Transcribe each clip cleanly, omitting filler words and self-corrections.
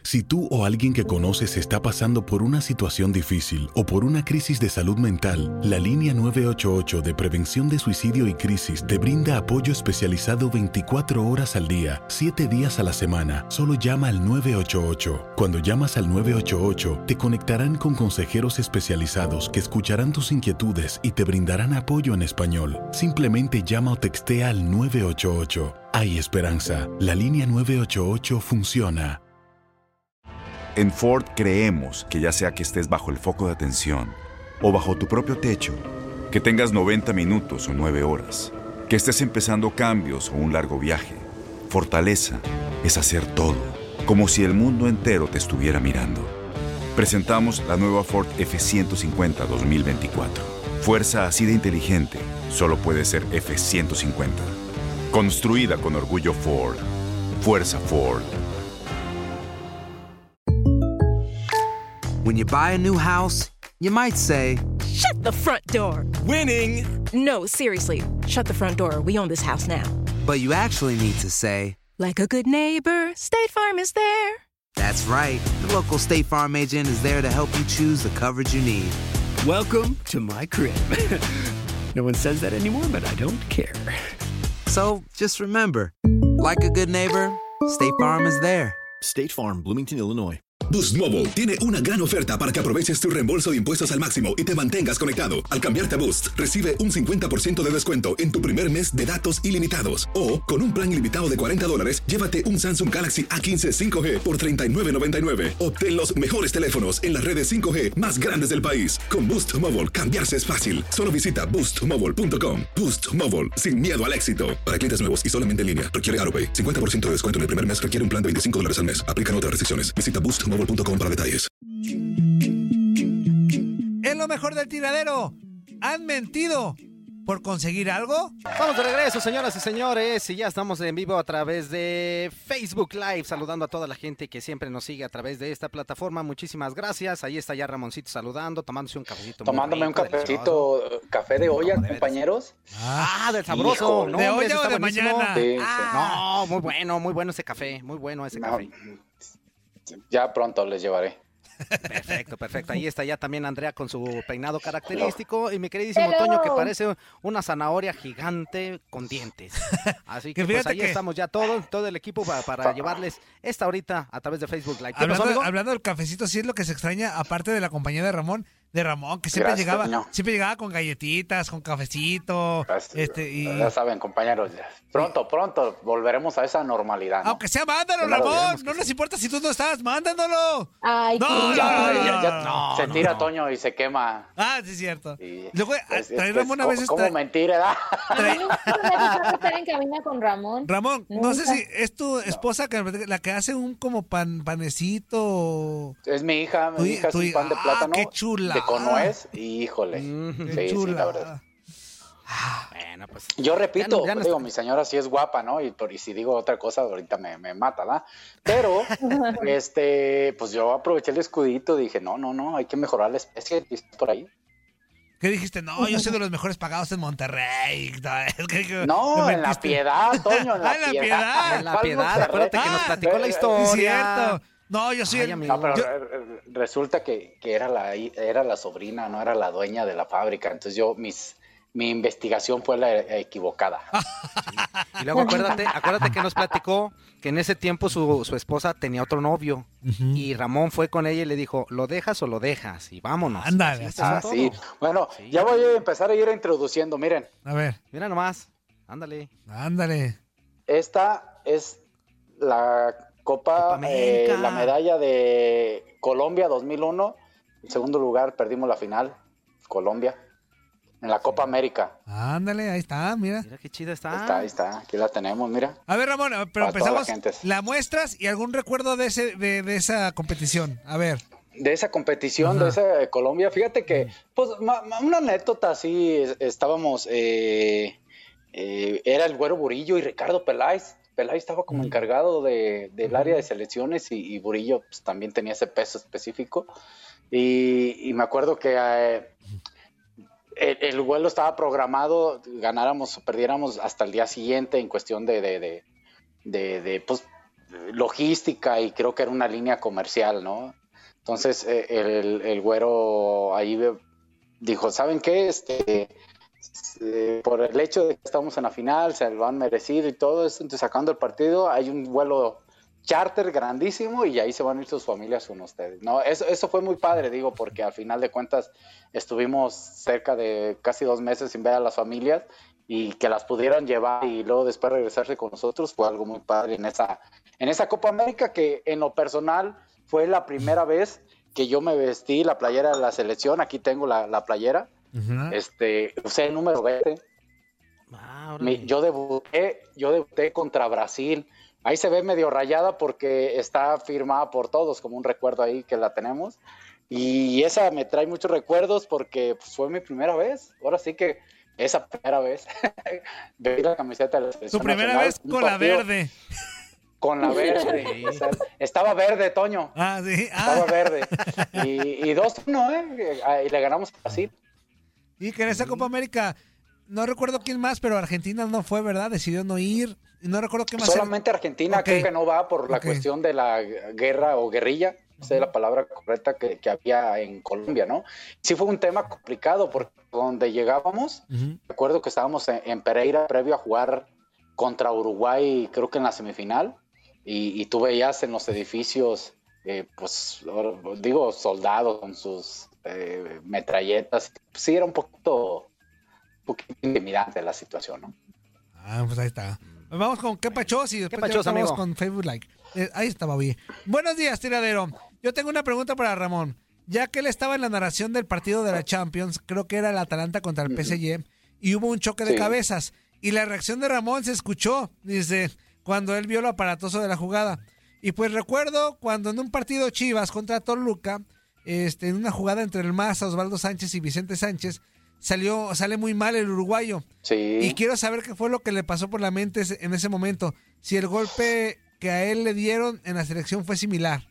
Si tú o alguien que conoces está pasando por una situación difícil o por una crisis de salud mental, la línea 988 de prevención de suicidio y crisis te brinda apoyo especializado 24 horas al día, 7 días a la semana. Solo llama al 988. Cuando llamas al 988, te conectarán con consejeros especializados que escucharán tus inquietudes y te brindarán apoyo en español. Simplemente llama o textea al 988. Hay esperanza. La línea 988 funciona. En Ford creemos que ya sea que estés bajo el foco de atención o bajo tu propio techo, que tengas 90 minutos o 9 horas, que estés empezando cambios o un largo viaje, fortaleza es hacer todo, como si el mundo entero te estuviera mirando. Presentamos la nueva Ford F-150 2024. Fuerza así de inteligente solo puede ser F-150. Construida con orgullo Ford. Fuerza Ford. When you buy a new house, you might say, "Shut the front door!" Winning! No, seriously. Shut the front door. We own this house now. but you actually need to say, "Like a good neighbor, State Farm is there." that's right. The local State Farm agent is there to help you choose the coverage you need. Welcome to my crib. No one says that anymore, but I don't care. So just remember, like a good neighbor, State Farm is there. State Farm, Bloomington, Illinois. Boost Mobile tiene una gran oferta para que aproveches tu reembolso de impuestos al máximo y te mantengas conectado. Al cambiarte a Boost, recibe un 50% de descuento en tu primer mes de datos ilimitados. O, con un plan ilimitado de $40, llévate un Samsung Galaxy A15 5G por $39.99. Obtén los mejores teléfonos en las redes 5G más grandes del país. Con Boost Mobile, cambiarse es fácil. Solo visita boostmobile.com. Boost Mobile, sin miedo al éxito. Para clientes nuevos y solamente en línea, requiere AutoPay. 50% de descuento en el primer mes requiere un plan de $25 al mes. Aplican otras restricciones. Visita boostmobile.com para detalles. Es lo mejor del tiradero. ¿Han mentido por conseguir algo? Vamos de regreso, señoras y señores, y ya estamos en vivo a través de Facebook Live, saludando a toda la gente que siempre nos sigue a través de esta plataforma. Muchísimas gracias. Ahí está ya Ramoncito saludando, tomándose un cafecito. Tomándome un cafecito, café de olla, compañeros. Del sabroso. Híjole. No, ¿De hombre, olla está o de buenísimo. mañana? Sí, No, muy bueno ese café, muy bueno ese café. Ya pronto les llevaré. Perfecto. Ahí está ya también Andrea con su peinado característico y mi queridísimo Toño que parece una zanahoria gigante con dientes. Así que pues ahí estamos ya todo el equipo para llevarles esta horita a través de Facebook Live. Hablando del cafecito, sí es lo que se extraña, aparte de la compañía de Ramón, que siempre llegaba con galletitas, con cafecito. Ya saben, compañeros, pronto volveremos a esa normalidad, ¿no? Aunque sea, mándalo, Ramón. No nos importa si tú no estás, mándalo. Ay, ya se tira Toño y se quema. Ah, sí es cierto. Luego, trae Ramón a veces. ¿Cómo mentir, edad? estar en cabina con Ramón. Ramón, no sé si es tu esposa la que hace un como panecito. Es mi hija es un pan de plátano. Qué chula. Con nuez, híjole. Sí, la verdad. Bueno, pues. Yo repito, mi señora sí es guapa, ¿no? Y si digo otra cosa, ahorita me mata, ¿verdad? Pero, pues yo aproveché el escudito, dije, no, hay que mejorar la especie por ahí. ¿Qué dijiste? No, yo soy de los mejores pagados en Monterrey. No, en La Piedad, Toño, en La Piedad. En La Piedad, acuérdate que nos platicó la historia. Es cierto. No, yo soy resulta que era la sobrina, no era la dueña de la fábrica. Entonces mi investigación fue la equivocada. Y luego acuérdate que nos platicó que en ese tiempo su esposa tenía otro novio. Uh-huh. Y Ramón fue con ella y le dijo, ¿lo dejas o lo dejas? Y vámonos. Ándale. Sí. Bueno, ya voy a empezar a ir introduciendo, miren. A ver. Mira nomás. Ándale. Esta es la Copa la medalla de Colombia 2001. En segundo lugar, perdimos la final, Colombia, en la Copa América. Ándale, ahí está, mira. Mira qué chida está. Ahí está, aquí la tenemos, mira. A ver, Ramón, pero empezamos, la muestras y algún recuerdo de esa competición, a ver. De esa competición, de esa de Colombia, fíjate que, pues, una anécdota así, estábamos, era el Güero Burillo y Ricardo Peláez. Peláez estaba como encargado del área de selecciones y Burillo pues, también tenía ese peso específico. Y me acuerdo que el vuelo estaba programado, ganáramos o perdiéramos hasta el día siguiente en cuestión de pues, logística y creo que era una línea comercial, ¿no? Entonces el güero ahí dijo, ¿saben qué? Por el hecho de que estamos en la final, se lo han merecido y todo eso, entonces sacando el partido, hay un vuelo charter grandísimo y ahí se van a ir sus familias con ustedes, ¿no? Eso fue muy padre, digo, porque al final de cuentas estuvimos cerca de casi 2 meses sin ver a las familias y que las pudieran llevar y luego después regresarse con nosotros fue algo muy padre en esa Copa América, que en lo personal fue la primera vez que yo me vestí la playera de la selección. Aquí tengo la playera. Usé el número 20. Yo debuté contra Brasil. Ahí se ve medio rayada porque está firmada por todos, como un recuerdo ahí que la tenemos. Y esa me trae muchos recuerdos porque pues, fue mi primera vez. Ahora sí que esa primera vez vi la camiseta de la selección. Tu primera nacional, vez con la verde. Con la verde. O sea, estaba verde, Toño. Ah, sí. Estaba verde. Y 2-1, y le ganamos a Brasil. Y que en esa Copa América, no recuerdo quién más, pero Argentina no fue, ¿verdad? Decidió no ir. Y no recuerdo qué más. Solamente Argentina creo que no va por la cuestión de la guerra o guerrilla. Esa es la palabra correcta que había en Colombia, ¿no? Sí fue un tema complicado porque donde llegábamos, recuerdo que estábamos en Pereira previo a jugar contra Uruguay, creo que en la semifinal, y tú veías en los edificios, pues, digo, soldados con sus metralletas. Sí, era un poquito intimidante la situación, ¿no? Ah, pues ahí está. Vamos con ¿Qué pachos? Y después pachos, vamos amigo? con Facebook Like. Ahí estaba bien. Buenos días, tiradero. Yo tengo una pregunta para Ramón. Ya que él estaba en la narración del partido de la Champions, creo que era el Atalanta contra el PSG, y hubo un choque de cabezas. Y la reacción de Ramón se escuchó, dice, cuando él vio lo aparatoso de la jugada. Y pues recuerdo cuando en un partido Chivas contra Toluca, en una jugada entre el Maza, Osvaldo Sánchez y Vicente Sánchez, sale muy mal el uruguayo. Sí. Y quiero saber qué fue lo que le pasó por la mente en ese momento. Si el golpe que a él le dieron en la selección fue similar.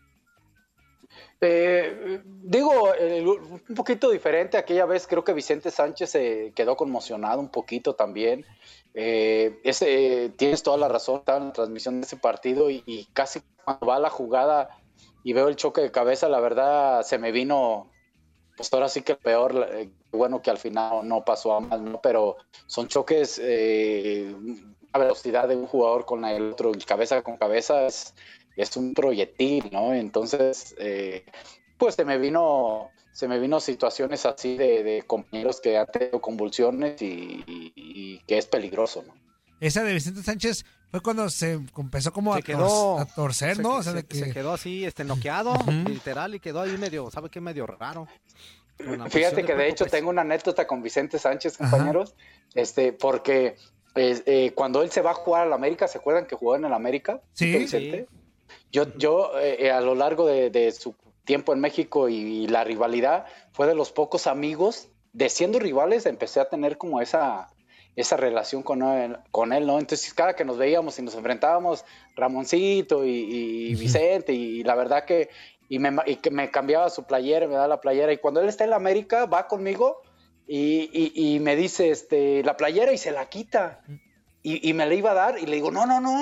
Digo, un poquito diferente. Aquella vez creo que Vicente Sánchez se quedó conmocionado un poquito también. Tienes toda la razón, estaba en la transmisión de ese partido y casi cuando va la jugada y veo el choque de cabeza, la verdad se me vino, pues ahora sí que el peor, bueno que al final no pasó a más, ¿no? Pero son choques a velocidad de un jugador con el otro, cabeza con cabeza es un proyectil, ¿no? Entonces, pues se me vino situaciones así de compañeros que han tenido convulsiones y que es peligroso, ¿no? Esa de Vicente Sánchez fue cuando se empezó como a torcer, ¿no? Se quedó así, noqueado, literal, y quedó ahí medio, ¿sabe qué? Medio raro. Fíjate que de hecho tengo una anécdota con Vicente Sánchez, compañeros, porque cuando él se va a jugar al América, ¿se acuerdan que jugó en el América? Sí. Vicente. Yo a lo largo de su tiempo en México y la rivalidad, fue de los pocos amigos, de siendo rivales, empecé a tener como esa relación con él, ¿no? Entonces cada que nos veíamos y nos enfrentábamos, Ramoncito y Vicente, y la verdad que me cambiaba su playera, me daba la playera, y cuando él está en la América, va conmigo y me dice la playera y se la quita, y me la iba a dar, y le digo, no.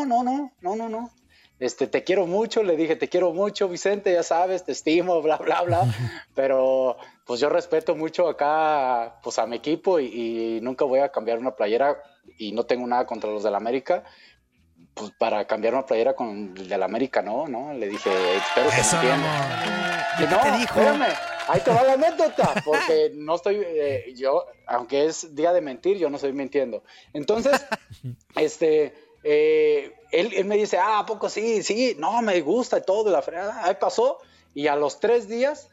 Te quiero mucho, le dije, te quiero mucho, Vicente, ya sabes, te estimo, bla, bla, bla, pero pues yo respeto mucho acá, pues a mi equipo y nunca voy a cambiar una playera y no tengo nada contra los del América, pues para cambiar una playera con el del América, no, le dije, espero que me entiendan. Y no, te dijo? Espérame, ahí te va la anécdota, porque no estoy, yo, aunque es día de mentir, yo no estoy mintiendo. Entonces, él me dice, ¿a poco sí, no, me gusta y todo, la fregada, ahí pasó, y a los 3 días,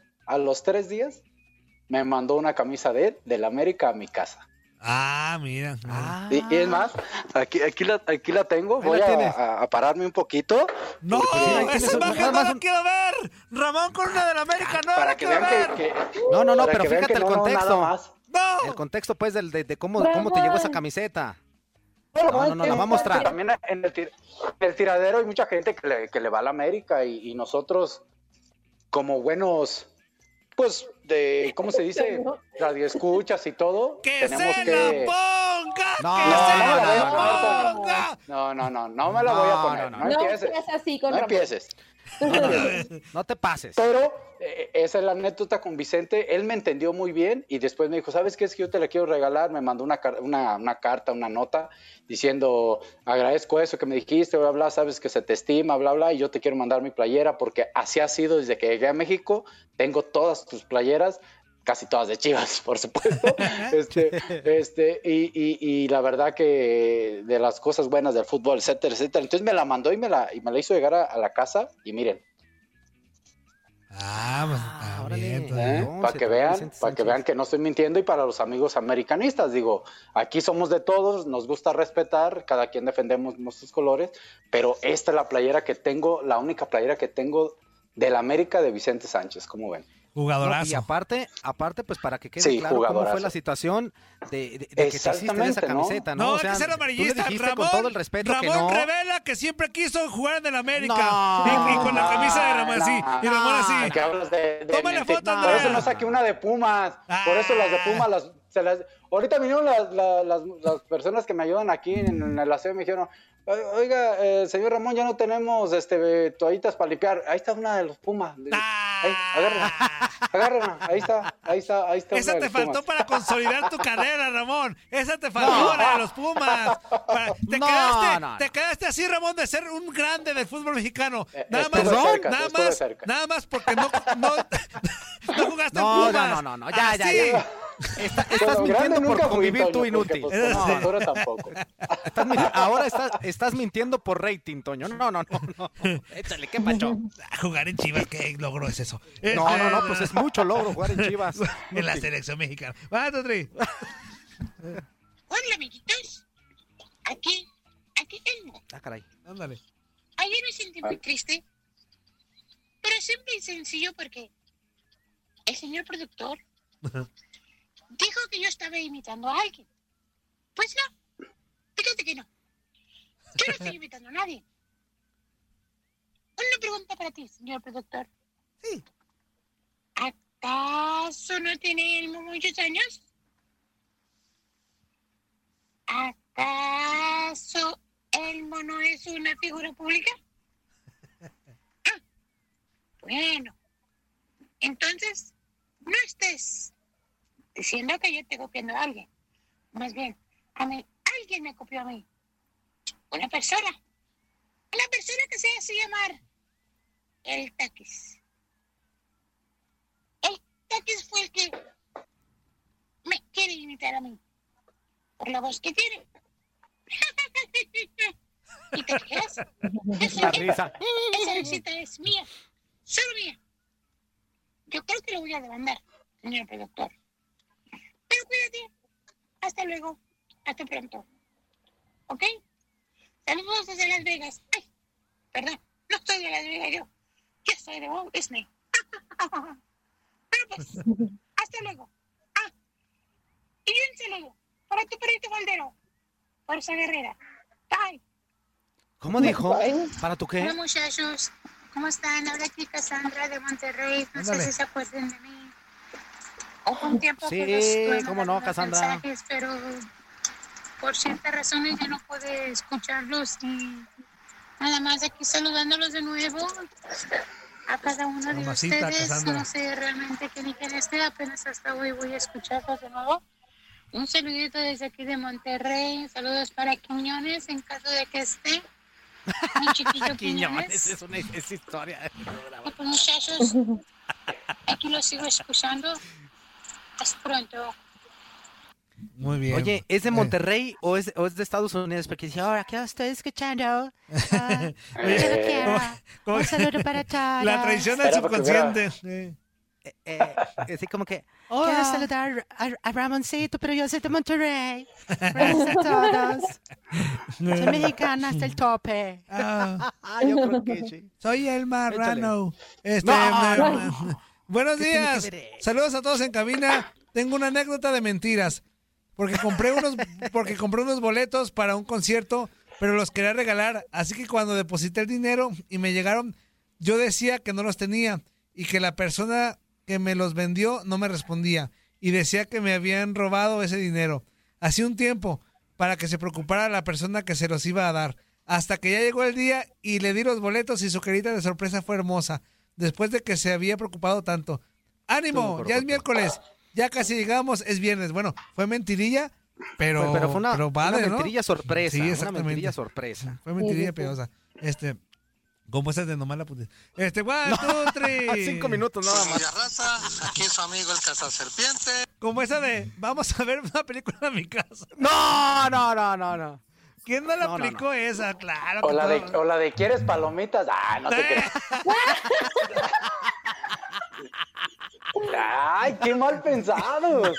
me mandó una camisa del América a mi casa. Ah, mira. Y es más, aquí la tengo, voy a pararme un poquito. No, esa imagen no la quiero ver. Ramón con una del América, no para la que quiero vean ver. No, pero fíjate el contexto. No. El contexto, pues, de cómo te llegó esa camiseta. No, la va a mostrar. También en el tiradero hay mucha gente que le va a la América y nosotros, como buenos, pues, ¿cómo se dice? Radioescuchas y todo. ¡Que tenemos se la No me la voy a poner. No empieces. No empieces. No te pases. Pero esa es la anécdota con Vicente. Él me entendió muy bien y después me dijo, ¿sabes qué? Es que yo te la quiero regalar. Me mandó una carta, una nota diciendo, agradezco eso que me dijiste, bla, bla, sabes que se te estima, bla, bla, y yo te quiero mandar mi playera porque así ha sido desde que llegué a México. Tengo todas tus playeras, casi todas de Chivas, por supuesto. Y la verdad que de las cosas buenas del fútbol, etcétera, etcétera. Entonces me la mandó y me la hizo llegar a la casa y miren. Para que vean que no estoy mintiendo y para los amigos americanistas, digo, aquí somos de todos, nos gusta respetar, cada quien defendemos nuestros colores, pero esta es la playera que tengo, la única playera que tengo del América de Vicente Sánchez, ¿cómo ven? Jugadorazo. No, y aparte, pues para que quede claro cómo fue la situación de que te hiciste de esa camiseta, ¿no? No, o sea, hay que ser amarillista. Ramón, con todo el respeto Ramón que no. revela que siempre quiso jugar en el América. Y con la camisa de Ramón así. Y Ramón así. Que hablas de tómale foto, Andrea. Por eso no saqué una de Pumas. Por eso las de Pumas ahorita vinieron las personas que me ayudan aquí en el aseo y me dijeron, oiga, señor Ramón, ya no tenemos toallitas para limpiar. Ahí está una de los Pumas. Agárrenla. Ahí está. Esa te faltó para consolidar tu carrera, Ramón. Esa te faltó, la de los Pumas. Te quedaste así, Ramón, de ser un grande del fútbol mexicano. Nada más porque no jugaste en Pumas. No, ya. Estás mintiendo por convivir tú, inútil. Tampoco. Ahora estás mintiendo por rating, Toño. No. Échale, ¿qué pacho? Jugar en Chivas, ¿qué logro es eso? No, pues es mucho logro jugar en Chivas. En la selección mexicana. ¡Va, Totri! Hola, amiguitos. Aquí tengo. Caray. Ándale. Ayer me sentí muy triste, pero simple y sencillo porque el señor productor dijo que yo estaba imitando a alguien. Pues no, fíjate que no. Yo no estoy imitando a nadie. Una pregunta para ti, señor productor. Sí. ¿Acaso no tiene Elmo muchos años? ¿Acaso Elmo no es una figura pública? Bueno, entonces no estés diciendo que yo estoy copiando a alguien. Más bien, alguien me copió a mí. Una persona que se hace llamar el Taquis. El Taquis fue el que me quiere imitar a mí. Por la voz que tiene. ¿Y te quedas? Esa visita es mía. Solo mía. Yo creo que lo voy a demandar, señor productor. Pero cuídate. Hasta luego. Hasta pronto. ¿Ok? Saludos desde Las Vegas. Ay, perdón. No soy de Las Vegas yo. Yo soy de Walt Disney. Pero pues, hasta luego. Y un saludo para tu perrito Valdero. Fuerza Guerrera. Bye. ¿Cómo dijo? ¿Para tu qué? Hola, muchachos. ¿Cómo están? Habla aquí Cassandra de Monterrey. No sé si se acuerdan de mí. Hubo un tiempo que cómo no, Cassandra. Mensajes, pero por ciertas razones ya no pude escucharlos y nada más aquí saludándolos de nuevo a cada uno de ustedes. Cassandra. No sé realmente quién y quién esté, apenas hasta hoy voy a escucharlos de nuevo. Un saludito desde aquí de Monterrey. Saludos para Quiñones en caso de que esté. Mi chiquillo Quiñones. Es historia. Y pues, muchachos, aquí los sigo escuchando. Hasta pronto. Muy bien. Oye, ¿es de Monterrey o es de Estados Unidos? Porque dice, ahora ¿qué estoy escuchando? Un saludo para todos. La traición del subconsciente. Así como que, quiero saludar a Ramoncito, pero yo soy de Monterrey. Gracias a todos. Soy mexicana hasta el tope. Yo creo que sí. Soy el marrano. Buenos días. Saludos a todos en cabina. Tengo una anécdota de mentiras. Porque compré unos boletos para un concierto, pero los quería regalar. Así que cuando deposité el dinero y me llegaron, yo decía que no los tenía y que la persona que me los vendió no me respondía y decía que me habían robado ese dinero. Hace un tiempo, para que se preocupara la persona que se los iba a dar. Hasta que ya llegó el día y le di los boletos y su carita de sorpresa fue hermosa, después de que se había preocupado tanto. ¡Ánimo! Ya es miércoles, ya casi llegamos, es viernes. Bueno, fue mentirilla, pero fue una mentirilla sorpresa. Sí, exactamente. Una mentirilla sorpresa. Fue mentirilla piosa. Como esas de nomás la puta. 1, 2, 3. 5 minutos nada más. Raza, aquí su amigo el cazaserpiente. Como esa de, vamos a ver una película en mi casa. No. ¿Quién no la aplicó esa? Claro. O la de ¿quieres palomitas? Ah, no te creas. Ay, qué mal pensados.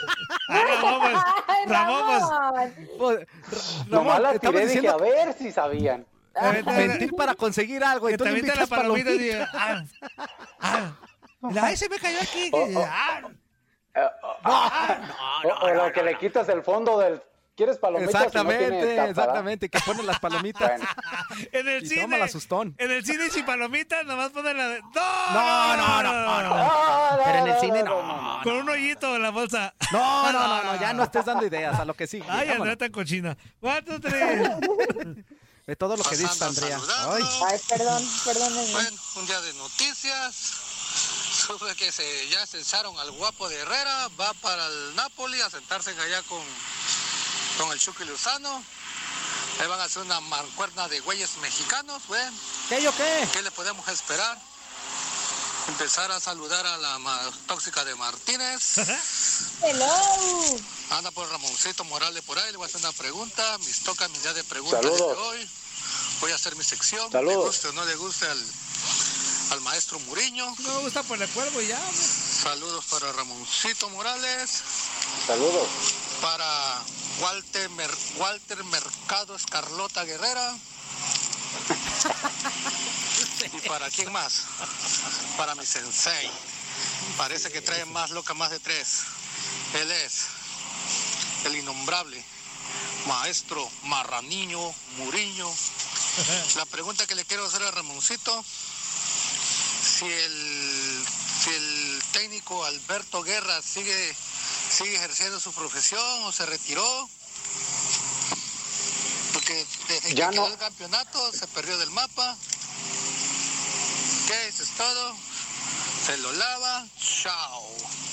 Ramón. Nomás la tiré, dije, a ver si sabían. Mentir para conseguir algo. Y tú le invitas palomitas. Ay, se me cayó aquí. O lo que le quitas el fondo del... ¿Quieres palomitas? Exactamente, que ponen las palomitas. Bueno. En el cine. Toma la sustón. En el cine sin palomitas, nomás ponen la de. No. Pero en el cine no. Con un hoyito en la bolsa. No, ya no estés dando ideas a lo que sigue. Ay, Andrea tan cochina. 1, 2, 3. De todo lo que dices, Andrea. Ay, perdónenme. Bueno, un día de noticias. Supe que ya censaron al guapo de Herrera. Va para el Napoli a sentarse allá con el Chucky Lozano. Ahí van a hacer una mancuerna de güeyes mexicanos, güey. ¿Qué? ¿Qué le podemos esperar? Empezar a saludar a la tóxica de Martínez. Hello. Anda por Ramoncito Morales por ahí, le voy a hacer una pregunta. Mis día de preguntas de hoy. Voy a hacer mi sección. Saludos. ¿Le guste o no le guste al maestro Muriño? No me gusta por el cuervo y ya. Saludos para Ramoncito Morales. Saludos. Para Walter Mercado Escarlota Guerrera. ¿Y para quién más? Para mi sensei. Parece que trae más loca, más de 3. Él es el innombrable maestro Marraniño Muriño. La pregunta que le quiero hacer a Ramoncito: si el técnico Alberto Guerra sigue ejerciendo su profesión o se retiró, porque desde que quedó el campeonato se perdió del mapa. ¿Qué? Eso es todo. Se lo lava. Chao.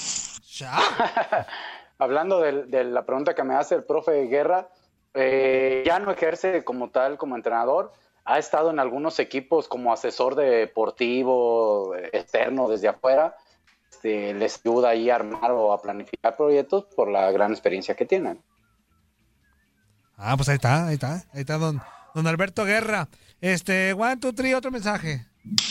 Hablando de la pregunta que me hace el profe Guerra, ya no ejerce como tal, como entrenador. Ha estado en algunos equipos como asesor deportivo externo desde afuera. Les ayuda ahí a armar o a planificar proyectos por la gran experiencia que tienen. Pues ahí está don Alberto Guerra. 1, 2, 3, otro mensaje.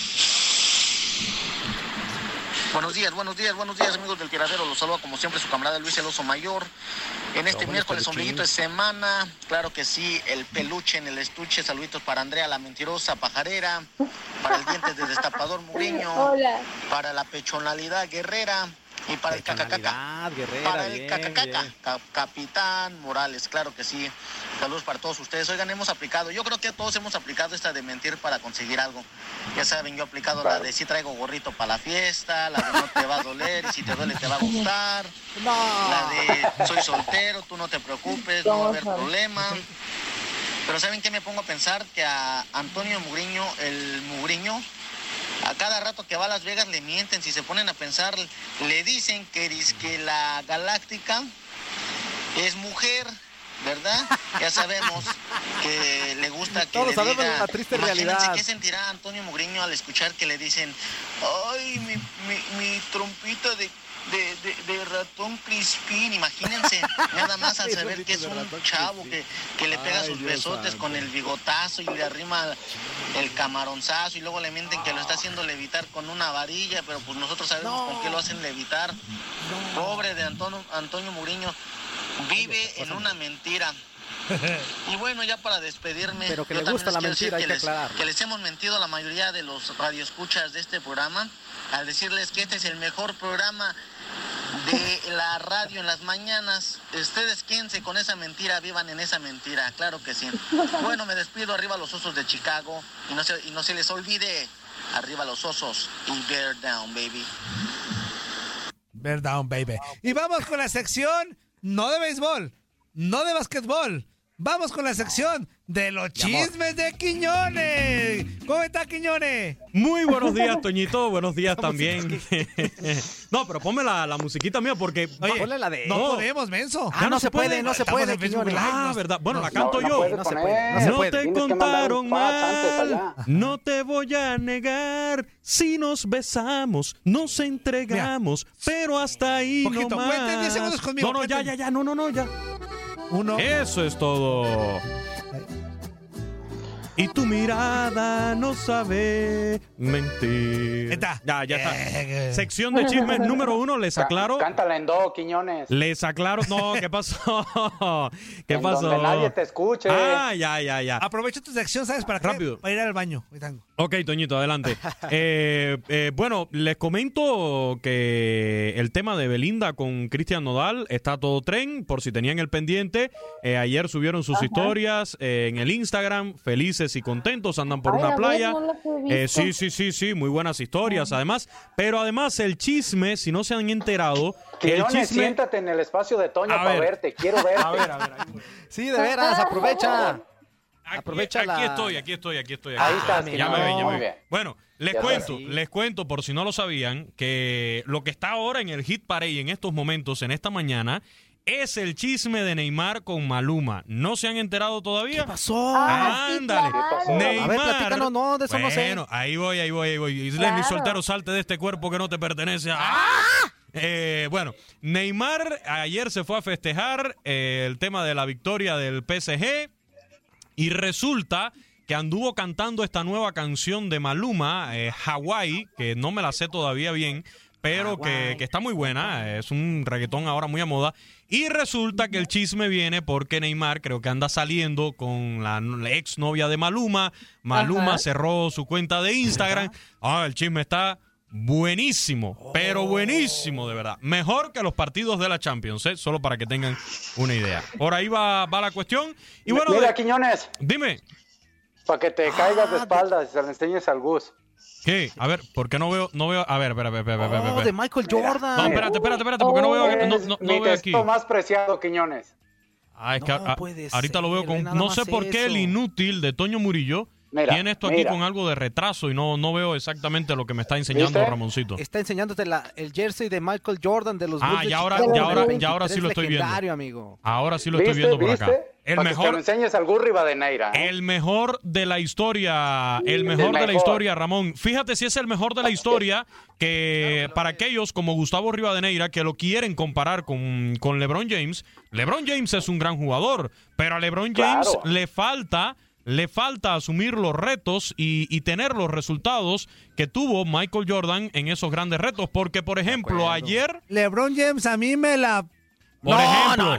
Buenos días, amigos del Tiradero. Los saluda como siempre su camarada Luis El Oso Mayor. En este miércoles, ombliguito de semana, claro que sí, el peluche en el estuche. Saluditos para Andrea, la mentirosa pajarera, para el dientes de destapador Muriño, Hola. para la pechonalidad guerrera y para el cacacaca. Para el cacacaca, Capitán Morales, claro que sí. Saludos para todos ustedes. Oigan, yo creo que todos hemos aplicado esta de mentir para conseguir algo. Ya saben, yo he aplicado la de sí traigo gorrito para la fiesta, la de no te va a doler y si te duele te va a gustar. La de soy soltero, tú no te preocupes, no va a haber problema. Pero ¿saben qué? Me pongo a pensar que a Antonio Muriño, el Muriño, a cada rato que va a Las Vegas le mienten. Si se ponen a pensar, le dicen que la Galáctica es mujer, ¿verdad? Ya sabemos que le gusta que todos le sabemos diga. La triste Imagínense realidad. qué sentirá Antonio Muriño al escuchar que le dicen: ay, mi trompita de ratón Crispín. Imagínense, nada más al saber que es un chavo que le pega sus besotes con el bigotazo y le arrima el camaronzazo y luego le mienten que lo está haciendo levitar con una varilla, pero pues nosotros sabemos con qué lo hacen levitar. Pobre de Antonio Muriño, vive en una mentira. Y bueno, ya para despedirme, pero que le gusta la mentira, hay que aclarar. Que les hemos mentido a la mayoría de los radioescuchas de este programa, al decirles que este es el mejor programa de la radio en las mañanas. Ustedes quédense con esa mentira, vivan en esa mentira, claro que sí. Bueno, me despido, arriba los Osos de Chicago, y no se les olvide, arriba los Osos y bear down, baby. Bear down, baby. Y vamos con la sección no de béisbol, no de basquetbol, vamos con la sección de los chismes de Quiñones. ¿Cómo está, Quiñones? Muy buenos días, Toñito. Buenos días también. No, pero ponme la musiquita mía porque... Oye, ponle la de... No podemos, menso. No se puede, Quiñones. Verdad. Bueno, la canto yo. No te contaron mal. No te voy a negar. Si nos besamos, nos entregamos. Pero hasta ahí poquito, nomás. Cuenten 10 segundos conmigo. No, ya. Ya. 1. Eso es todo. Y tu mirada no sabe mentir. Ya está. Sección de chismes número 1, les aclaro. Cántala en do, Quiñones. Les aclaro. No, ¿qué pasó? ¿Qué pasó? Donde nadie te escuche. Ya. Aprovecha tu sección, ¿sabes? Para rápido. Para ir al baño. Ok, Toñito, adelante. Bueno, les comento que el tema de Belinda con Cristian Nodal está todo tren, por si tenían el pendiente. Ayer subieron sus historias en el Instagram, felices y contentos, andan por una playa. Sí, muy buenas historias, además. Pero además el chisme, si no se han enterado... Quiñones, siéntate en el espacio de Toño para verte, quiero verte. A ver. Sí, de veras, aprovecha. Aquí estoy. Ahí está. Ya me ven. Bueno, les cuento, por si no lo sabían, que lo que está ahora en el Hit Parade en estos momentos, en esta mañana, es el chisme de Neymar con Maluma. ¿No se han enterado todavía? ¿Qué pasó? Ándale. Sí, claro. Neymar. A ver, platícanos, no, de eso no sé. Bueno, ahí voy. Islemis soltero, salte de este cuerpo que no te pertenece. Bueno, Neymar ayer se fue a festejar el tema de la victoria del PSG. Y resulta que anduvo cantando esta nueva canción de Maluma, Hawaii, que no me la sé todavía bien, pero que está muy buena. Es un reggaetón ahora muy a moda. Y resulta que el chisme viene porque Neymar creo que anda saliendo con la ex novia de Maluma. Maluma cerró su cuenta de Instagram. El chisme está... buenísimo, pero buenísimo, de verdad. Mejor que los partidos de la Champions, solo para que tengan una idea. Por ahí va la cuestión. Y bueno, mira, Quiñones. Dime. Para que te caigas de espaldas y se le enseñes al Gus. ¿Qué? A ver, porque no veo. A ver, espera. De Michael Jordan. No, espérate, porque no veo. No veo aquí. Más preciado, Quiñones. Es que ahorita lo veo con. No sé por qué el inútil de Toño Murillo. Tiene esto aquí con algo de retraso y no veo exactamente lo que me está enseñando. ¿Viste? Ramoncito. Está enseñándote el jersey de Michael Jordan de los Bulls. Ya ahora sí lo estoy viendo. Amigo. Ahora sí lo estoy viendo por acá. El mejor. Que lo enseñes al Gus Rivadeneira. El mejor de la historia. El mejor de la historia, Ramón. Fíjate si es el mejor de la historia que para aquellos como Gustavo Rivadeneira que lo quieren comparar con LeBron James. LeBron James es un gran jugador, pero a LeBron James le falta asumir los retos y tener los resultados que tuvo Michael Jordan en esos grandes retos. Porque, por ejemplo, ayer... LeBron James a mí me la... Por ejemplo,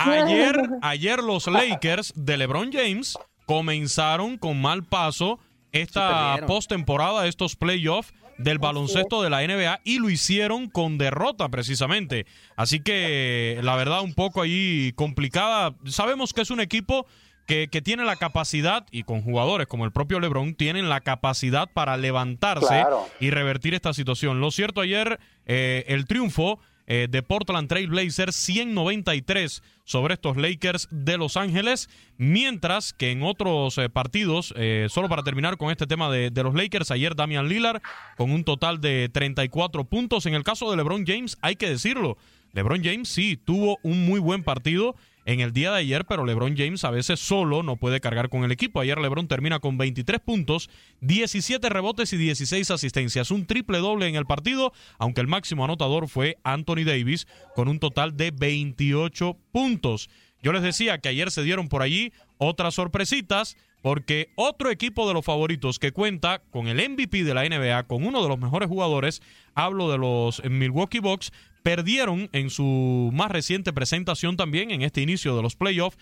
ayer los Lakers de LeBron James comenzaron con mal paso esta postemporada, estos playoffs del baloncesto de la NBA, y lo hicieron con derrota precisamente. Así que, la verdad, un poco ahí complicada. Sabemos que es un equipo... Que tiene la capacidad, y con jugadores como el propio LeBron, tienen la capacidad para levantarse y revertir esta situación. Lo cierto, ayer el triunfo de Portland Trail Blazers 193 sobre estos Lakers de Los Ángeles, mientras que en otros partidos, solo para terminar con este tema de los Lakers, ayer Damian Lillard con un total de 34 puntos. En el caso de LeBron James, hay que decirlo, LeBron James sí tuvo un muy buen partido en el día de ayer, pero LeBron James a veces solo no puede cargar con el equipo. Ayer LeBron termina con 23 puntos, 17 rebotes y 16 asistencias. Un triple doble en el partido, aunque el máximo anotador fue Anthony Davis con un total de 28 puntos. Yo les decía que ayer se dieron por allí otras sorpresitas, porque otro equipo de los favoritos que cuenta con el MVP de la NBA, con uno de los mejores jugadores, hablo de los Milwaukee Bucks, perdieron en su más reciente presentación también en este inicio de los playoffs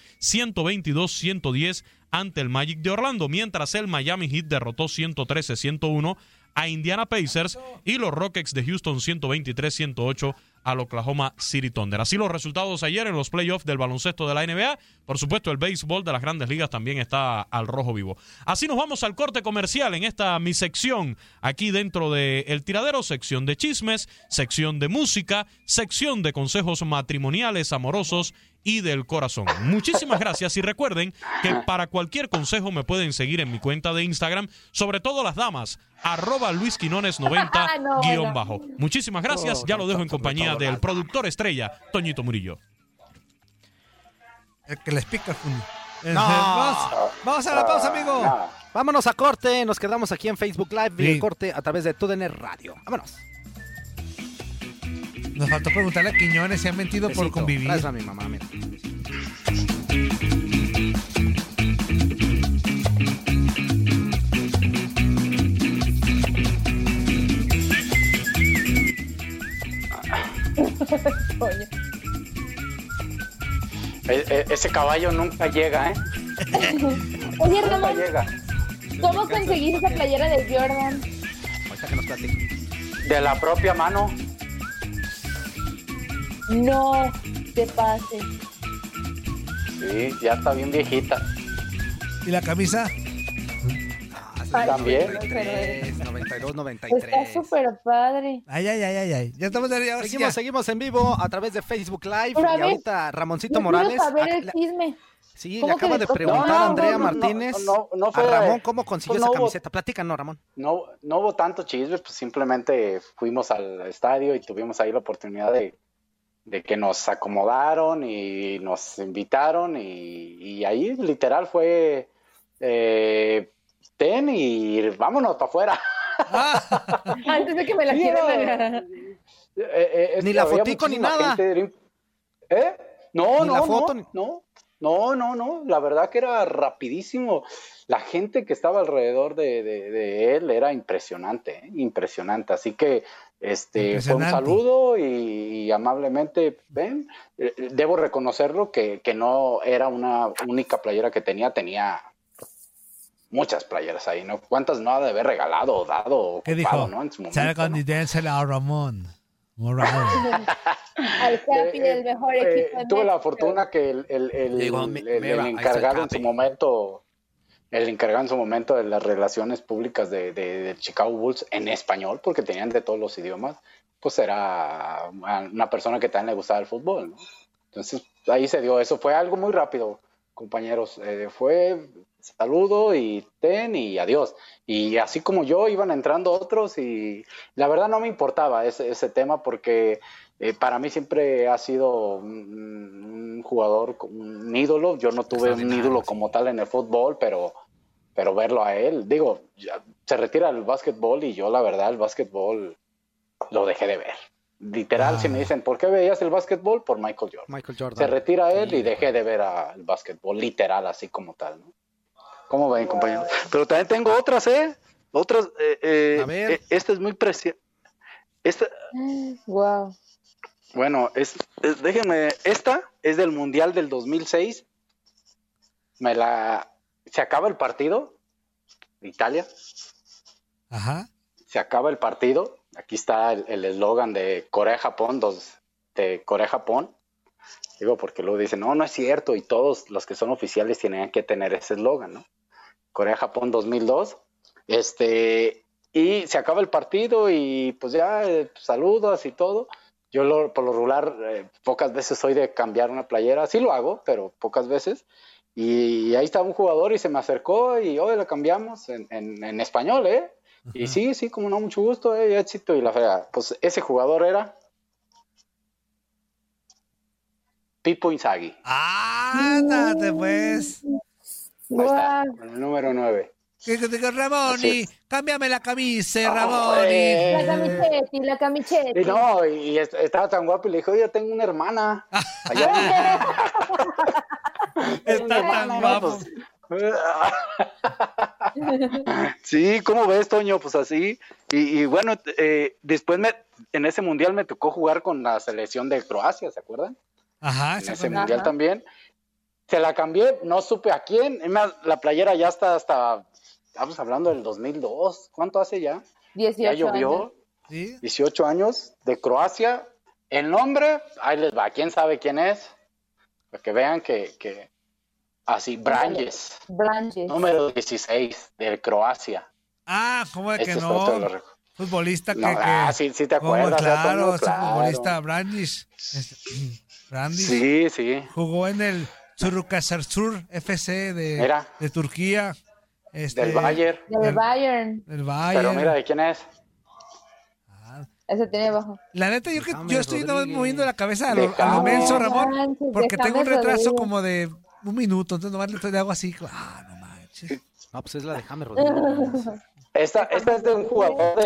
122-110 ante el Magic de Orlando, mientras el Miami Heat derrotó 113-101 a Indiana Pacers y los Rockets de Houston 123-108 al Oklahoma City Thunder. Así los resultados ayer en los playoffs del baloncesto de la NBA. Por supuesto, el béisbol de las Grandes Ligas también está al rojo vivo. Así nos vamos al corte comercial en esta mi sección aquí dentro de El Tiradero, sección de chismes, sección de música, sección de consejos matrimoniales, amorosos y del corazón. Muchísimas gracias y recuerden que para cualquier consejo me pueden seguir en mi cuenta de Instagram, sobre todo las damas, @luisquinones90_. Muchísimas gracias, ya lo dejo en compañía del productor estrella, Toñito Murillo. El que les pica el fundo. Vamos a la pausa, amigo. Vámonos a corte, nos quedamos aquí en Facebook Live y el corte a través de TUDN Radio. Vámonos. Nos faltó preguntarle a Quiñones si han mentido por convivir. Gracias a mi mamá, mira. Ese caballo nunca llega, ¿eh? Oye, Ramón, ¿cómo conseguiste esa playera de Jordan? Ahorita que nos platique. De la propia mano. No te pases. Sí, ya está bien viejita. ¿Y la camisa? También. 92, 93. Está súper padre. Ay. Ya estamos Seguimos en vivo a través de Facebook Live. Pero, y ahorita Ramoncito yo Morales. quiero saber el chisme. Sí, le acaba de preguntar a Andrea Martínez fue, a Ramón cómo consiguió esa camiseta. Platícanos, Ramón. No hubo tanto chisme, pues simplemente fuimos al estadio y tuvimos ahí la oportunidad de que nos acomodaron y nos invitaron y ahí literal fue ten y vámonos para afuera. Antes de que me la quieran. Ni la fotico ni nada. No, la verdad que era rapidísimo. La gente que estaba alrededor de él era impresionante, impresionante. Así que fue un saludo y amablemente, ven, debo reconocerlo que no era una única playera que tenía muchas playeras ahí, ¿no? ¿Cuántas no ha de haber regalado o dado o ¿qué comprado, dijo? ¿no? En su momento, Sale con a Ramón. Al Capi, el mejor equipo de tuve la México. fortuna que el encargado en su momento, de las relaciones públicas de Chicago Bulls en español, porque tenían de todos los idiomas, pues era una persona que también le gustaba el fútbol, ¿no? Entonces ahí se dio eso, fue algo muy rápido, compañeros, fue saludo y ten y adiós, y así como yo iban entrando otros y la verdad no me importaba ese tema porque para mí siempre ha sido un jugador, un ídolo. Yo no tuve un ídolo como tal en el fútbol, pero verlo a él, digo, ya se retira el básquetbol y yo la verdad el básquetbol lo dejé de ver. Literal, si me dicen, ¿por qué veías el básquetbol? Por Michael Jordan. Se retira él y dejé de ver el básquetbol, literal, así como tal, ¿no? ¿Cómo ven, compañeros? Pero también tengo otras, Otras, a ver. Esta es muy preciosa. Wow. Bueno, déjenme, esta es del Mundial del 2006. Se acaba el partido, Italia. Ajá. Se acaba el partido. Aquí está el eslogan de Corea-Japón, de Corea-Japón. Digo, porque luego dicen, no es cierto, y todos los que son oficiales tienen que tener ese eslogan, ¿no? Corea-Japón 2002. Y se acaba el partido y pues ya saludos y todo. Yo por lo regular pocas veces soy de cambiar una playera, sí lo hago, pero pocas veces. Y ahí estaba un jugador y se me acercó y hoy la cambiamos en español, ¿eh? Uh-huh. Y sí, como no, mucho gusto, éxito y la fea. Pues ese jugador era Pippo Inzaghi. ¡Ándate, pues! Ahí está, con el número 9. ¿Qué digo, Ramoni? Cámbiame la camisa, Ramoni. La camiseta. Y no, y estaba tan guapo y le dijo, yo tengo una hermana. Allá. Está tan guapo. Sí, ¿cómo ves, Toño? Pues así. Y bueno, después en ese mundial me tocó jugar con la selección de Croacia, ¿se acuerdan? Ajá. En ese mundial también. Se la cambié, no supe a quién. La playera ya está hasta... Estamos hablando del 2002. ¿Cuánto hace ya? 18 ya llovió. años. ¿Sí? 18 años de Croacia. El nombre, ahí les va. ¿Quién sabe quién es? Para que vean que así, Branjes. Número 16, de Croacia. Ah, ¿cómo es que no? Futbolista que... Sí te acuerdas. Claro, futbolista Branjes. Sí. Jugó en el Surukasartsur FC de Turquía. Del Bayern. Del Bayern. Pero mira, ¿de quién es? Ese tiene bajo. La neta, yo estoy moviendo la cabeza a lo menso, Ramón, porque tengo un retraso como de un minuto, entonces nomás le hago así. No manches. No, pues es la de James Rodríguez. Esta es de un jugador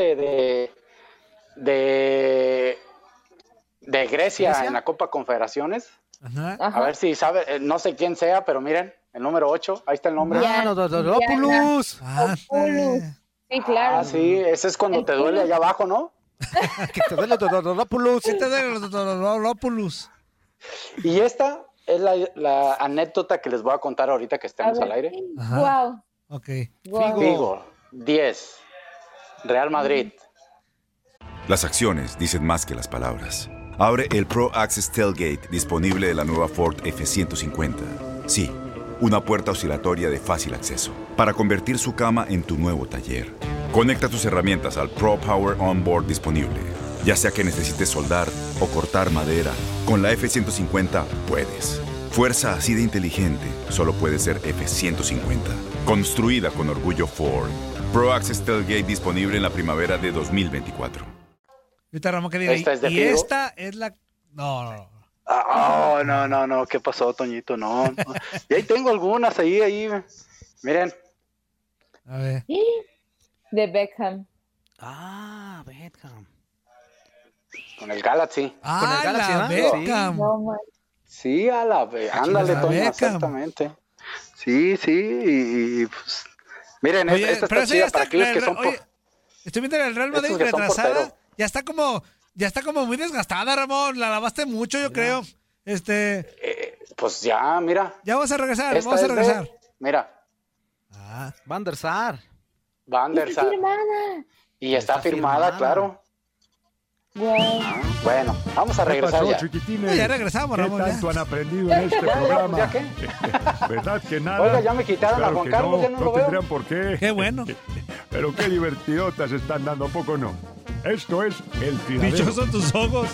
de Grecia en la Copa Confederaciones. Ajá. A ver si sabe, no sé quién sea, pero miren, el número 8, ahí está el nombre. Todopoulos. Sí, claro. Sí, ese es cuando te duele allá abajo, ¿no? Que te duele Todopoulos. Sí, te duele Todopoulos. Y esta es la anécdota que les voy a contar ahorita que estemos al aire. Wow. Ok. Figo, 10. Real Madrid. Las acciones dicen más que las palabras. Abre el Pro Access Tailgate disponible de la nueva Ford F-150. Sí, una puerta oscilatoria de fácil acceso para convertir su cama en tu nuevo taller. Conecta tus herramientas al Pro Power Onboard disponible. Ya sea que necesites soldar o cortar madera, con la F-150 puedes. Fuerza así de inteligente solo puede ser F-150. Construida con orgullo Ford. Pro Access Tailgate disponible en la primavera de 2024. Ahorita Ramón que diga, Esta es de y Figo. esta es la... No. No, ¿qué pasó, Toñito? No. Y ahí tengo algunas ahí. Miren. A ver. De Beckham. Ah, Beckham. Con el Galaxy. Con el Galaxy, la ¿no? Beckham. Sí, ándale, la Toño, Beckham. exactamente. Sí, y pues... Miren, Oye, esta pero está eso ya chida para aquellos que son... oye, estoy viendo el Real Madrid Estos que son retrasada. porteros. Ya está como muy desgastada, Ramón. La lavaste mucho, yo creo. Pues ya, mira. Ya vamos a regresar, Esta vamos a es de- regresar. Mira, Van der Sar. Van der Sar. Y está firmada, claro. Bueno, vamos a regresar pasó, ya. chiquitines? No, ya regresamos, ¿Qué Ramón, ya. tanto han aprendido en este Ya, programa? ¿ya qué? ¿Verdad que nada? Oiga, ya me quitaron a Claro Juan que Carlos, ya no lo veo. tendrían por qué. Qué bueno. Pero qué divertidotas están dando, ¿a poco no? Esto es El Tiradero. Dichosos tus ojos.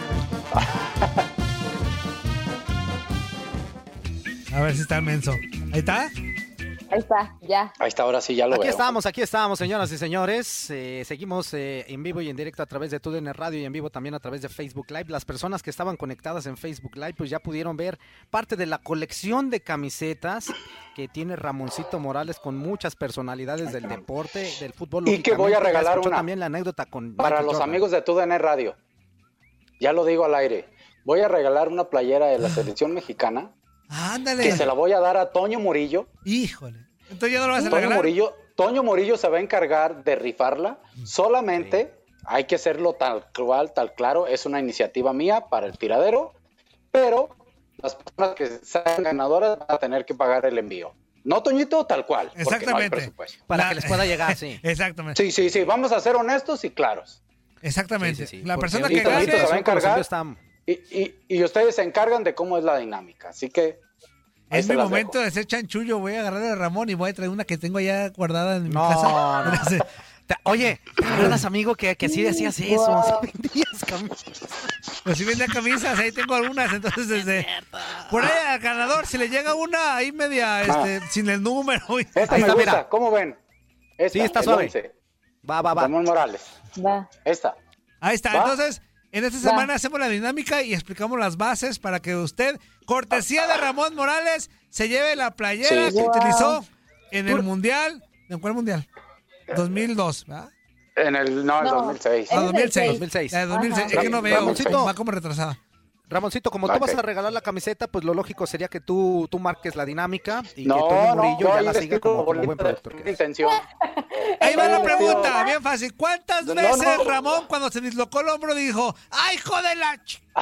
A ver si está el menso. ¿Ahí está? Ahí está, ya. Ahí está, ahora sí, ya lo Aquí veo. estamos, señoras y señores. Seguimos en vivo y en directo a través de TUDN Radio y en vivo también a través de Facebook Live. Las personas que estaban conectadas en Facebook Live pues ya pudieron ver parte de la colección de camisetas que tiene Ramoncito Morales con muchas personalidades del deporte, del fútbol. Y que voy a lógicamente. Ya regalar escuchó una también la anécdota con Para Michael los Jordan. amigos de TUDN Radio. Ya lo digo al aire. Voy a regalar una playera de la selección mexicana Ándale. que se la voy a dar a Toño Murillo. Híjole. Entonces ya no lo vas a regalar. Toño Murillo se va a encargar de rifarla. Solamente hay que hacerlo tal cual, tal claro. Es una iniciativa mía para el tiradero. Pero las personas que sean ganadoras van a tener que pagar el envío. No, Toñito, tal cual. porque no hay Exactamente. presupuesto. Para que les pueda llegar, sí. Exactamente. Sí. Vamos a ser honestos y claros. Exactamente. Sí. La Porque persona Y que Toñito gane... se va a encargar. Está- Y ustedes se encargan de cómo es la dinámica. Así que ahí Es se mi las momento dejo. de ser chanchullo. Voy a agarrar a Ramón y voy a traer una que tengo allá guardada en mi No, casa. no. Oye, ¿te acuerdas, amigo, que sí decías eso? Wow. Sí vendías camisas. Pues sí vendía camisas, ahí tengo algunas. Entonces, por ahí al ganador, si le llega una ahí media, sin el número. Esta Ahí me está, gusta. mira. ¿Cómo ven? Sí, está el suave. 11. Va. Ramón Morales. Va. Esta. Ahí está. ¿Va? Entonces, en esta semana hacemos la dinámica y explicamos las bases para que usted, cortesía de Ramón Morales, se lleve la playera Sí. que Wow. utilizó en el Mundial. ¿En cuál Mundial? 2002, ¿verdad? En el 2006. Ah, 2006. 2006. La de 2006. Ajá. Es que no veo, Ramoncito. va como retrasada. Ramoncito, como Ok. tú vas a regalar la camiseta, pues lo lógico sería que tú marques la dinámica y que No, Toño Murillo no, ya ahí la siga vestido como buen bonito productor que de es. intención. Ahí va la Ay, pregunta, tío. bien fácil. ¿Cuántas No, veces no. Ramón, cuando se dislocó el hombro, dijo, ¡ay, hijo de la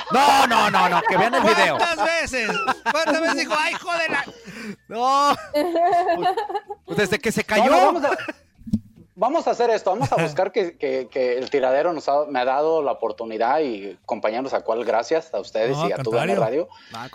No, que vean el video. ¿Cuántas veces? ¿Cuántas veces dijo, ¡ay, hijo de la No. Pues desde que se cayó. No, vamos a hacer esto, vamos a buscar que el tiradero me ha dado la oportunidad, y compañeros, a cual gracias a ustedes y a toda la radio,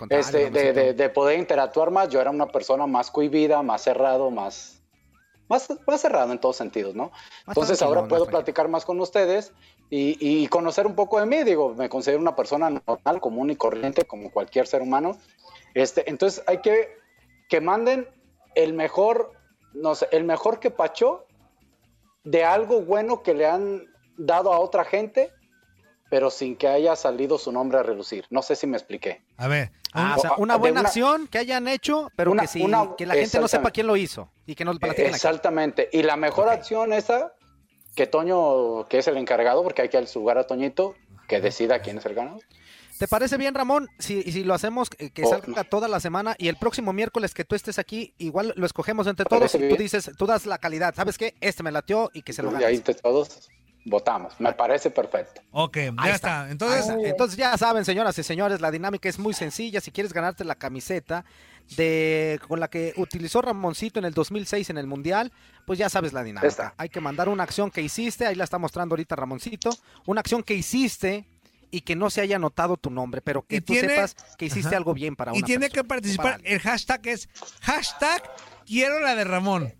de poder interactuar más. Yo era una persona más cohibida, más cerrado, más cerrado en todos sentidos, ¿no? Entonces ahora puedo platicar más con ustedes y conocer un poco de mí. Digo, me considero una persona normal, común y corriente, como cualquier ser humano. Entonces hay que manden el mejor, no sé, el mejor que pacho de algo bueno que le han dado a otra gente, pero sin que haya salido su nombre a relucir. No sé si me expliqué. A ver. O sea, una buena acción que hayan hecho, pero que la gente no sepa quién lo hizo y que no lo platiquen. Exactamente. Y la mejor acción esa, que Toño, que es el encargado, porque hay que jugar a Toñito, que decida quién es el ganador. ¿Te parece bien, Ramón? Si lo hacemos, que salga toda la semana y el próximo miércoles que tú estés aquí, igual lo escogemos entre todos y tú das la calidad. ¿Sabes qué? Este me latió y que se lo gane. Y ahí entre todos votamos. Me parece perfecto. Ok, ya está. Entonces ya saben, señoras y señores, la dinámica es muy sencilla. Si quieres ganarte la camiseta con la que utilizó Ramoncito en el 2006 en el Mundial, pues ya sabes la dinámica. Hay que mandar una acción que hiciste, ahí la está mostrando ahorita Ramoncito, una acción que hiciste y que no se haya anotado tu nombre, pero que tú sepas que hiciste algo bien para una persona. Y tiene que participar, el hashtag es #quiero la de Ramón.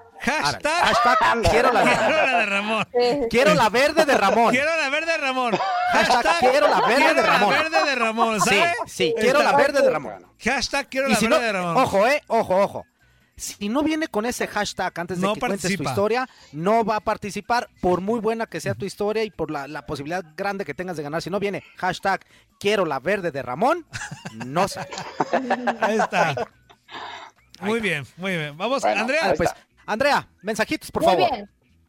Hashtag quiero la de Ramón. Quiero la verde de Ramón. Quiero la verde de Ramón. Hashtag quiero la verde de Ramón. Quiero la verde de Ramón, ¿sabes? Sí, quiero la verde de Ramón. Hashtag quiero la verde de Ramón. Ojo. Si no viene con ese hashtag antes de que cuentes tu historia, no va a participar, por muy buena que sea tu historia y por la posibilidad grande que tengas de ganar. Si no viene hashtag quiero la verde de Ramón, no sale. Ahí está. Muy bien. Vamos, bueno, Andrea. Pues, Andrea, mensajitos, por favor. Muy bien.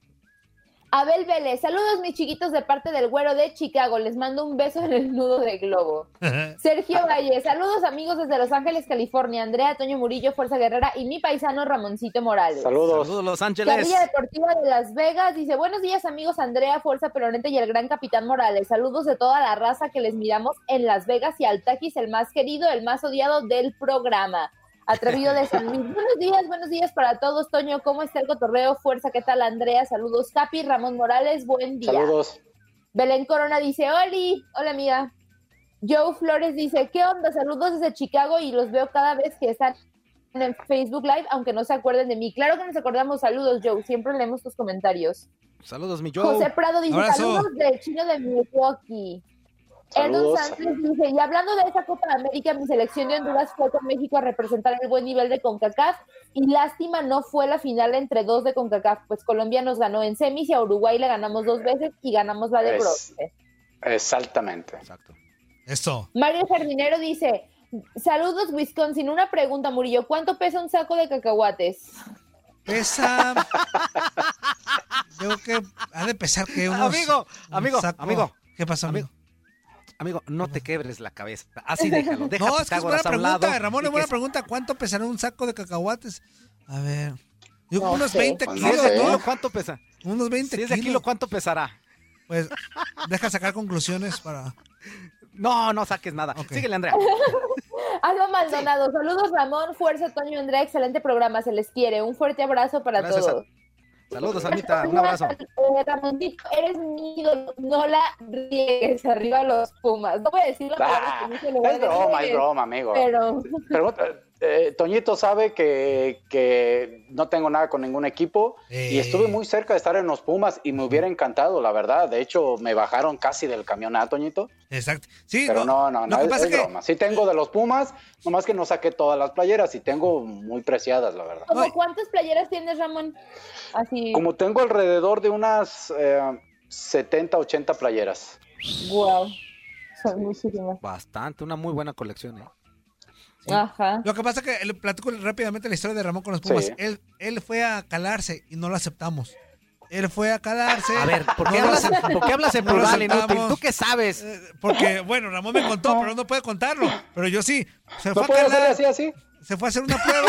Abel Vélez, saludos mis chiquitos de parte del güero de Chicago, les mando un beso en el nudo de globo. Sergio Valle, saludos amigos desde Los Ángeles, California, Andrea, Toño Murillo, Fuerza Guerrera y mi paisano Ramoncito Morales. Saludos Los Ángeles. Carrilla Deportiva de Las Vegas dice, buenos días amigos, Andrea, Fuerza Pelonete y el gran Capitán Morales, saludos de toda la raza que les miramos en Las Vegas y al Taquis, el más querido, el más odiado del programa. Atrevido de San Luis. Buenos días para todos. Toño, ¿cómo está el cotorreo? Fuerza, ¿qué tal, Andrea? Saludos, Capi, Ramón Morales, buen día. Saludos. Belén Corona dice, hola amiga. Joe Flores dice, ¿qué onda? Saludos desde Chicago y los veo cada vez que están en Facebook Live, aunque no se acuerden de mí. Claro que nos acordamos. Saludos, Joe. Siempre leemos tus comentarios. Saludos, mi Joe. José Prado dice, saludos del chino de Milwaukee. Edon Sánchez dice, y hablando de esa Copa de América, mi selección de Honduras fue con México a representar el buen nivel de CONCACAF y lástima no fue la final entre dos de CONCACAF, pues Colombia nos ganó en semis y a Uruguay le ganamos 2 veces y ganamos la de bronce. Exactamente. Exacto. Esto. Mario Jardinero dice, saludos Wisconsin, una pregunta Murillo, ¿cuánto pesa un saco de cacahuates? Pesa... Creo que ha de pesar que unos... Amigo. ¿Qué pasó, amigo? Amigo, no te quebres la cabeza. Así déjalo. Deja no, es que es buena pregunta, Ramón, es buena que... pregunta. ¿Cuánto pesará un saco de cacahuates? A ver. Yo no unos sé. 20 Pues kilos, no ¿no? ¿Cuánto pesa? Unos 20 si es de kilo, ¿cuánto pesará? Pues, deja sacar conclusiones para... No saques nada. Okay. Síguele, Andrea. Algo Maldonado. Saludos, Ramón, Fuerza, Toño, Andrea. Excelente programa. Se les quiere. Un fuerte abrazo para todos. Saludos, Anita, un abrazo. Ramoncito, eres mi ídolo, no la riegues, arriba los Pumas. No voy a decir la palabra que dice es broma, amigo. Pero Toñito sabe que no tengo nada con ningún equipo y estuve muy cerca de estar en los Pumas y me hubiera encantado, la verdad. De hecho, me bajaron casi del camión a Toñito. Exacto. Sí, pero no, es broma. Sí tengo de los Pumas, nomás que no saqué todas las playeras y tengo muy preciadas, la verdad. ¿Cómo cuántas playeras tienes, Ramón? Así. Como tengo alrededor de unas 70, 80 playeras. Wow, son muchísimas. Bastante, una muy buena colección, Sí. Ajá. Lo que pasa es que le platico rápidamente la historia de Ramón con los Pumas. Sí. Él fue a calarse y no lo aceptamos. Él fue a calarse. A ver, ¿por qué hablas en plural, inútil? ¿Tú qué sabes? Porque, bueno, Ramón me contó, pero no puede contarlo. Pero yo sí. Se fue a calar. ¿Así? Se fue a hacer una prueba.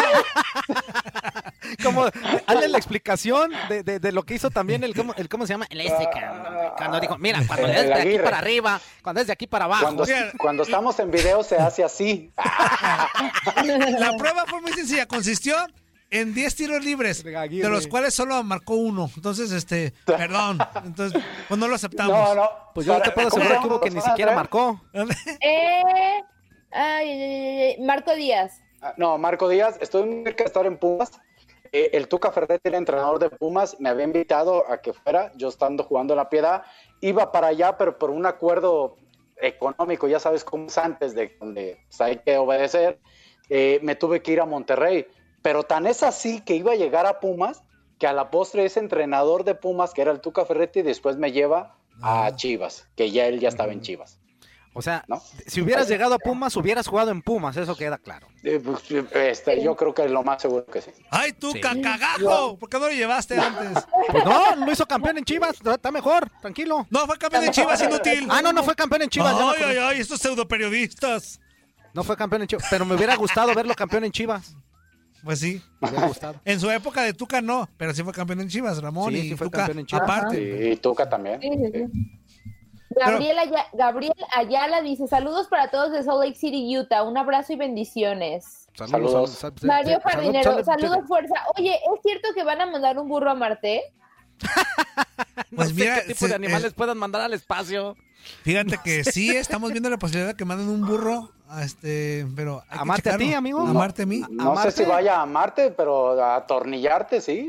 Como, hazle la explicación de lo que hizo también ¿cómo se ame? El cuando dijo, mira, cuando es de aquí para arriba, cuando es de aquí para abajo. Cuando estamos en video se hace así. La prueba fue muy sencilla. Consistió en 10 tiros libres, de los cuales solo marcó 1. Entonces, perdón. Entonces, pues no lo aceptamos. No. Pues yo te puedo asegurar que hubo que ni siquiera marcó. Marco Díaz. No, Marco Díaz, estoy muy cerca de estar en Pumas. El Tuca Ferretti era entrenador de Pumas, me había invitado a que fuera, yo estando jugando en La Piedad, iba para allá, pero por un acuerdo económico, ya sabes cómo es antes de donde pues, hay que obedecer, me tuve que ir a Monterrey, pero tan es así que iba a llegar a Pumas, que a la postre ese entrenador de Pumas, que era el Tuca Ferretti, después me lleva a Chivas, que ya él ya estaba en Chivas. O sea, ¿no? Si hubieras llegado a Pumas, hubieras jugado en Pumas, eso queda claro. Yo creo que es lo más seguro que sí. ¡Ay, tú, cagajo! ¿Por qué no lo llevaste antes? Pues no, lo hizo campeón en Chivas, está mejor, tranquilo. No, fue campeón en Chivas, inútil. No fue campeón en Chivas. Ay, estos pseudoperiodistas. No fue campeón en Chivas, pero me hubiera gustado verlo campeón en Chivas. Pues sí. Me hubiera gustado. En su época de Tuca no, pero sí fue campeón en Chivas, Ramón. Sí, y sí fue Tuca campeón en Chivas. aparte. Y Tuca también. Sí. Gabriel Ayala dice, saludos para todos de Salt Lake City, Utah. Un abrazo y bendiciones. Saludos. Mario Jardinero, saludos, fuerza. Oye, ¿es cierto que van a mandar un burro a Marte? Pues mira, qué tipo de animales puedan mandar al espacio. Fíjate que sí, estamos viendo la posibilidad de que manden un burro pero ¿a Marte a ti, amigo? ¿A Marte a mí? No sé si vaya a Marte, pero a atornillarte, sí.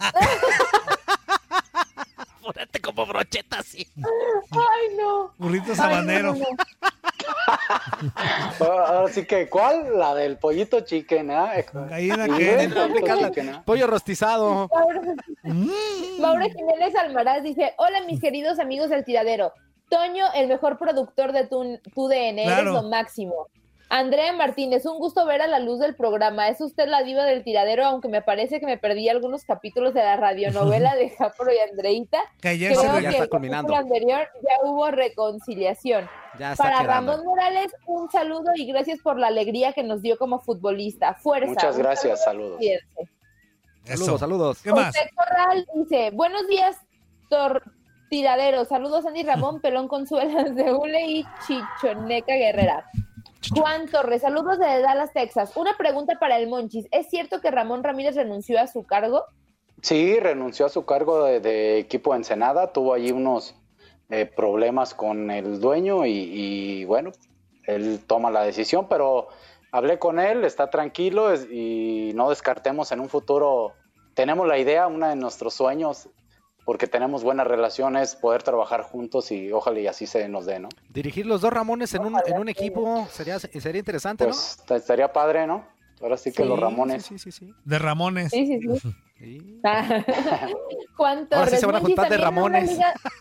Ponerte como brocheta así. Ay, no. Burrito sabanero. Así que, ¿cuál? La del pollito chicken, ¿eh? Pollo rostizado. Mauro Jiménez Almaraz dice, hola mis queridos amigos del tiradero. Toño, el mejor productor de tu DN, claro. Eres lo máximo. Andrea Martínez, un gusto ver a la luz del programa. Es usted la diva del tiradero, aunque me parece que me perdí algunos capítulos de la radionovela de Japro y Andreita. Que ayer creo ya que está culminando. El anterior ya hubo reconciliación. Ya está Para quedando. Ramón Morales, un saludo y gracias por la alegría que nos dio como futbolista. Fuerza. Muchas gracias, saludos. Saludos. ¿Qué más? José Corral dice, buenos días, tiradero. Saludos Andy Ramón, Pelón Consuelas de Ule y Chichoneca Guerrera. Juan Torres, saludos desde Dallas, Texas. Una pregunta para el Monchis. ¿Es cierto que Ramón Ramírez renunció a su cargo? Sí, renunció a su cargo de equipo Ensenada. Tuvo allí unos problemas con el dueño y bueno, él toma la decisión, pero hablé con él, está tranquilo y no descartemos en un futuro. Tenemos la idea, uno de nuestros sueños, porque tenemos buenas relaciones, poder trabajar juntos y ojalá y así se nos dé, ¿no? Dirigir los dos Ramones en un equipo sería interesante, pues, ¿no? Estaría padre, ¿no? Ahora sí que los Ramones. Sí. De Ramones. Sí. Juan Torres. Ahora sí se van a juntar de Ramones.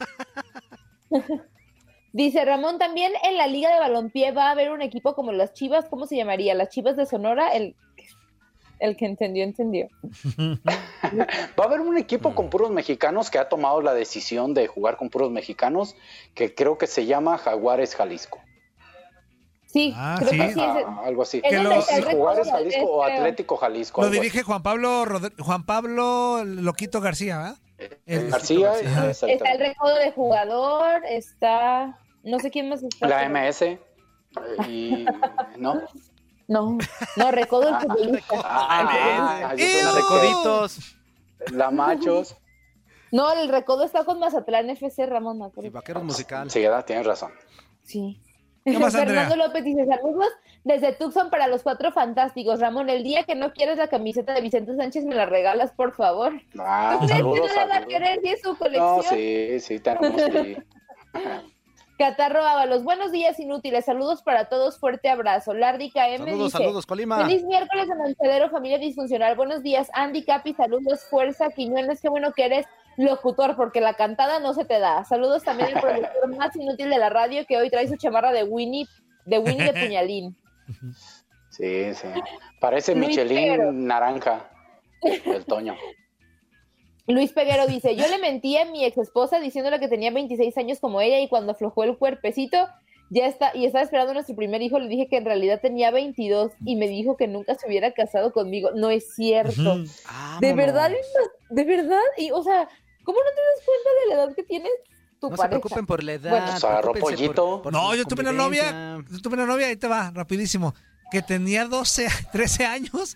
Dice Ramón, también en la Liga de Balompié va a haber un equipo como las Chivas, ¿cómo se llamaría? ¿Las Chivas de Sonora? El que entendió. Va a haber un equipo con puros mexicanos que ha tomado la decisión de jugar con puros mexicanos, que creo que se llama Jaguares Jalisco. Sí, creo que sí. Algo así. Jaguares Jalisco o Atlético Jalisco. Lo dirige Juan Pablo Loquito García, ¿verdad? García. Está el recodo de jugador, está... No sé quién más está. La MS. Y... ¿no? No, recodo el futbolista. Recoditos. La Machos. No, el recodo está con Mazatlán FC, Ramón. Y Vaqueros Musical. Sí, tienes razón. Sí. ¿Qué más, Fernando López dice, saludos desde Tucson para los Cuatro Fantásticos. Ramón, el día que no quieres la camiseta de Vicente Sánchez, me la regalas, por favor. ¿Tú crees que no la va a querer si es su colección? No, sí, tenemos que... Catarro Ábalos, buenos días inútiles, saludos para todos, fuerte abrazo. Lardy KM dice, saludos, Colima. Feliz miércoles de Manchadero, familia disfuncional, buenos días, Andy Capi, saludos, fuerza, Quiñones, qué bueno que eres locutor, porque la cantada no se te da. Saludos también al productor más inútil de la radio, que hoy trae su chamarra de Winnie de Puñalín. Sí, parece Luis Michelin Peguero. naranja, el Toño. Luis Peguero dice, yo le mentí a mi ex esposa diciéndole que tenía 26 años como ella y cuando aflojó el cuerpecito estaba esperando a nuestro primer hijo, le dije que en realidad tenía 22 y me dijo que nunca se hubiera casado conmigo. No es cierto. ¿De verdad? Y, o sea, ¿cómo no te das cuenta de la edad que tienes tu pareja? Se preocupen por la edad. Bueno, pues agarró pollito. No, yo tuve una novia, ahí te va, rapidísimo, que tenía 13 años,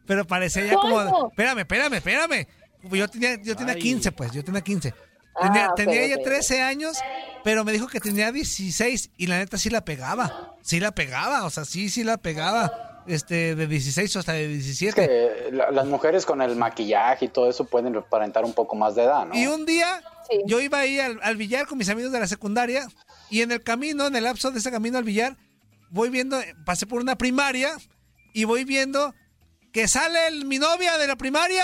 pero parecía ya como... Espérame. Yo tenía 15, pues, yo tenía 15. Tenía ella 13 años, pero me dijo que tenía 16 y la neta sí la pegaba, o sea, sí la pegaba, de 16 hasta de 17. Es que las mujeres con el maquillaje y todo eso pueden aparentar un poco más de edad, ¿no? Y un día yo iba ahí al billar con mis amigos de la secundaria y en el lapso de ese camino al billar, voy viendo, pasé por una primaria y voy viendo que sale mi novia de la primaria.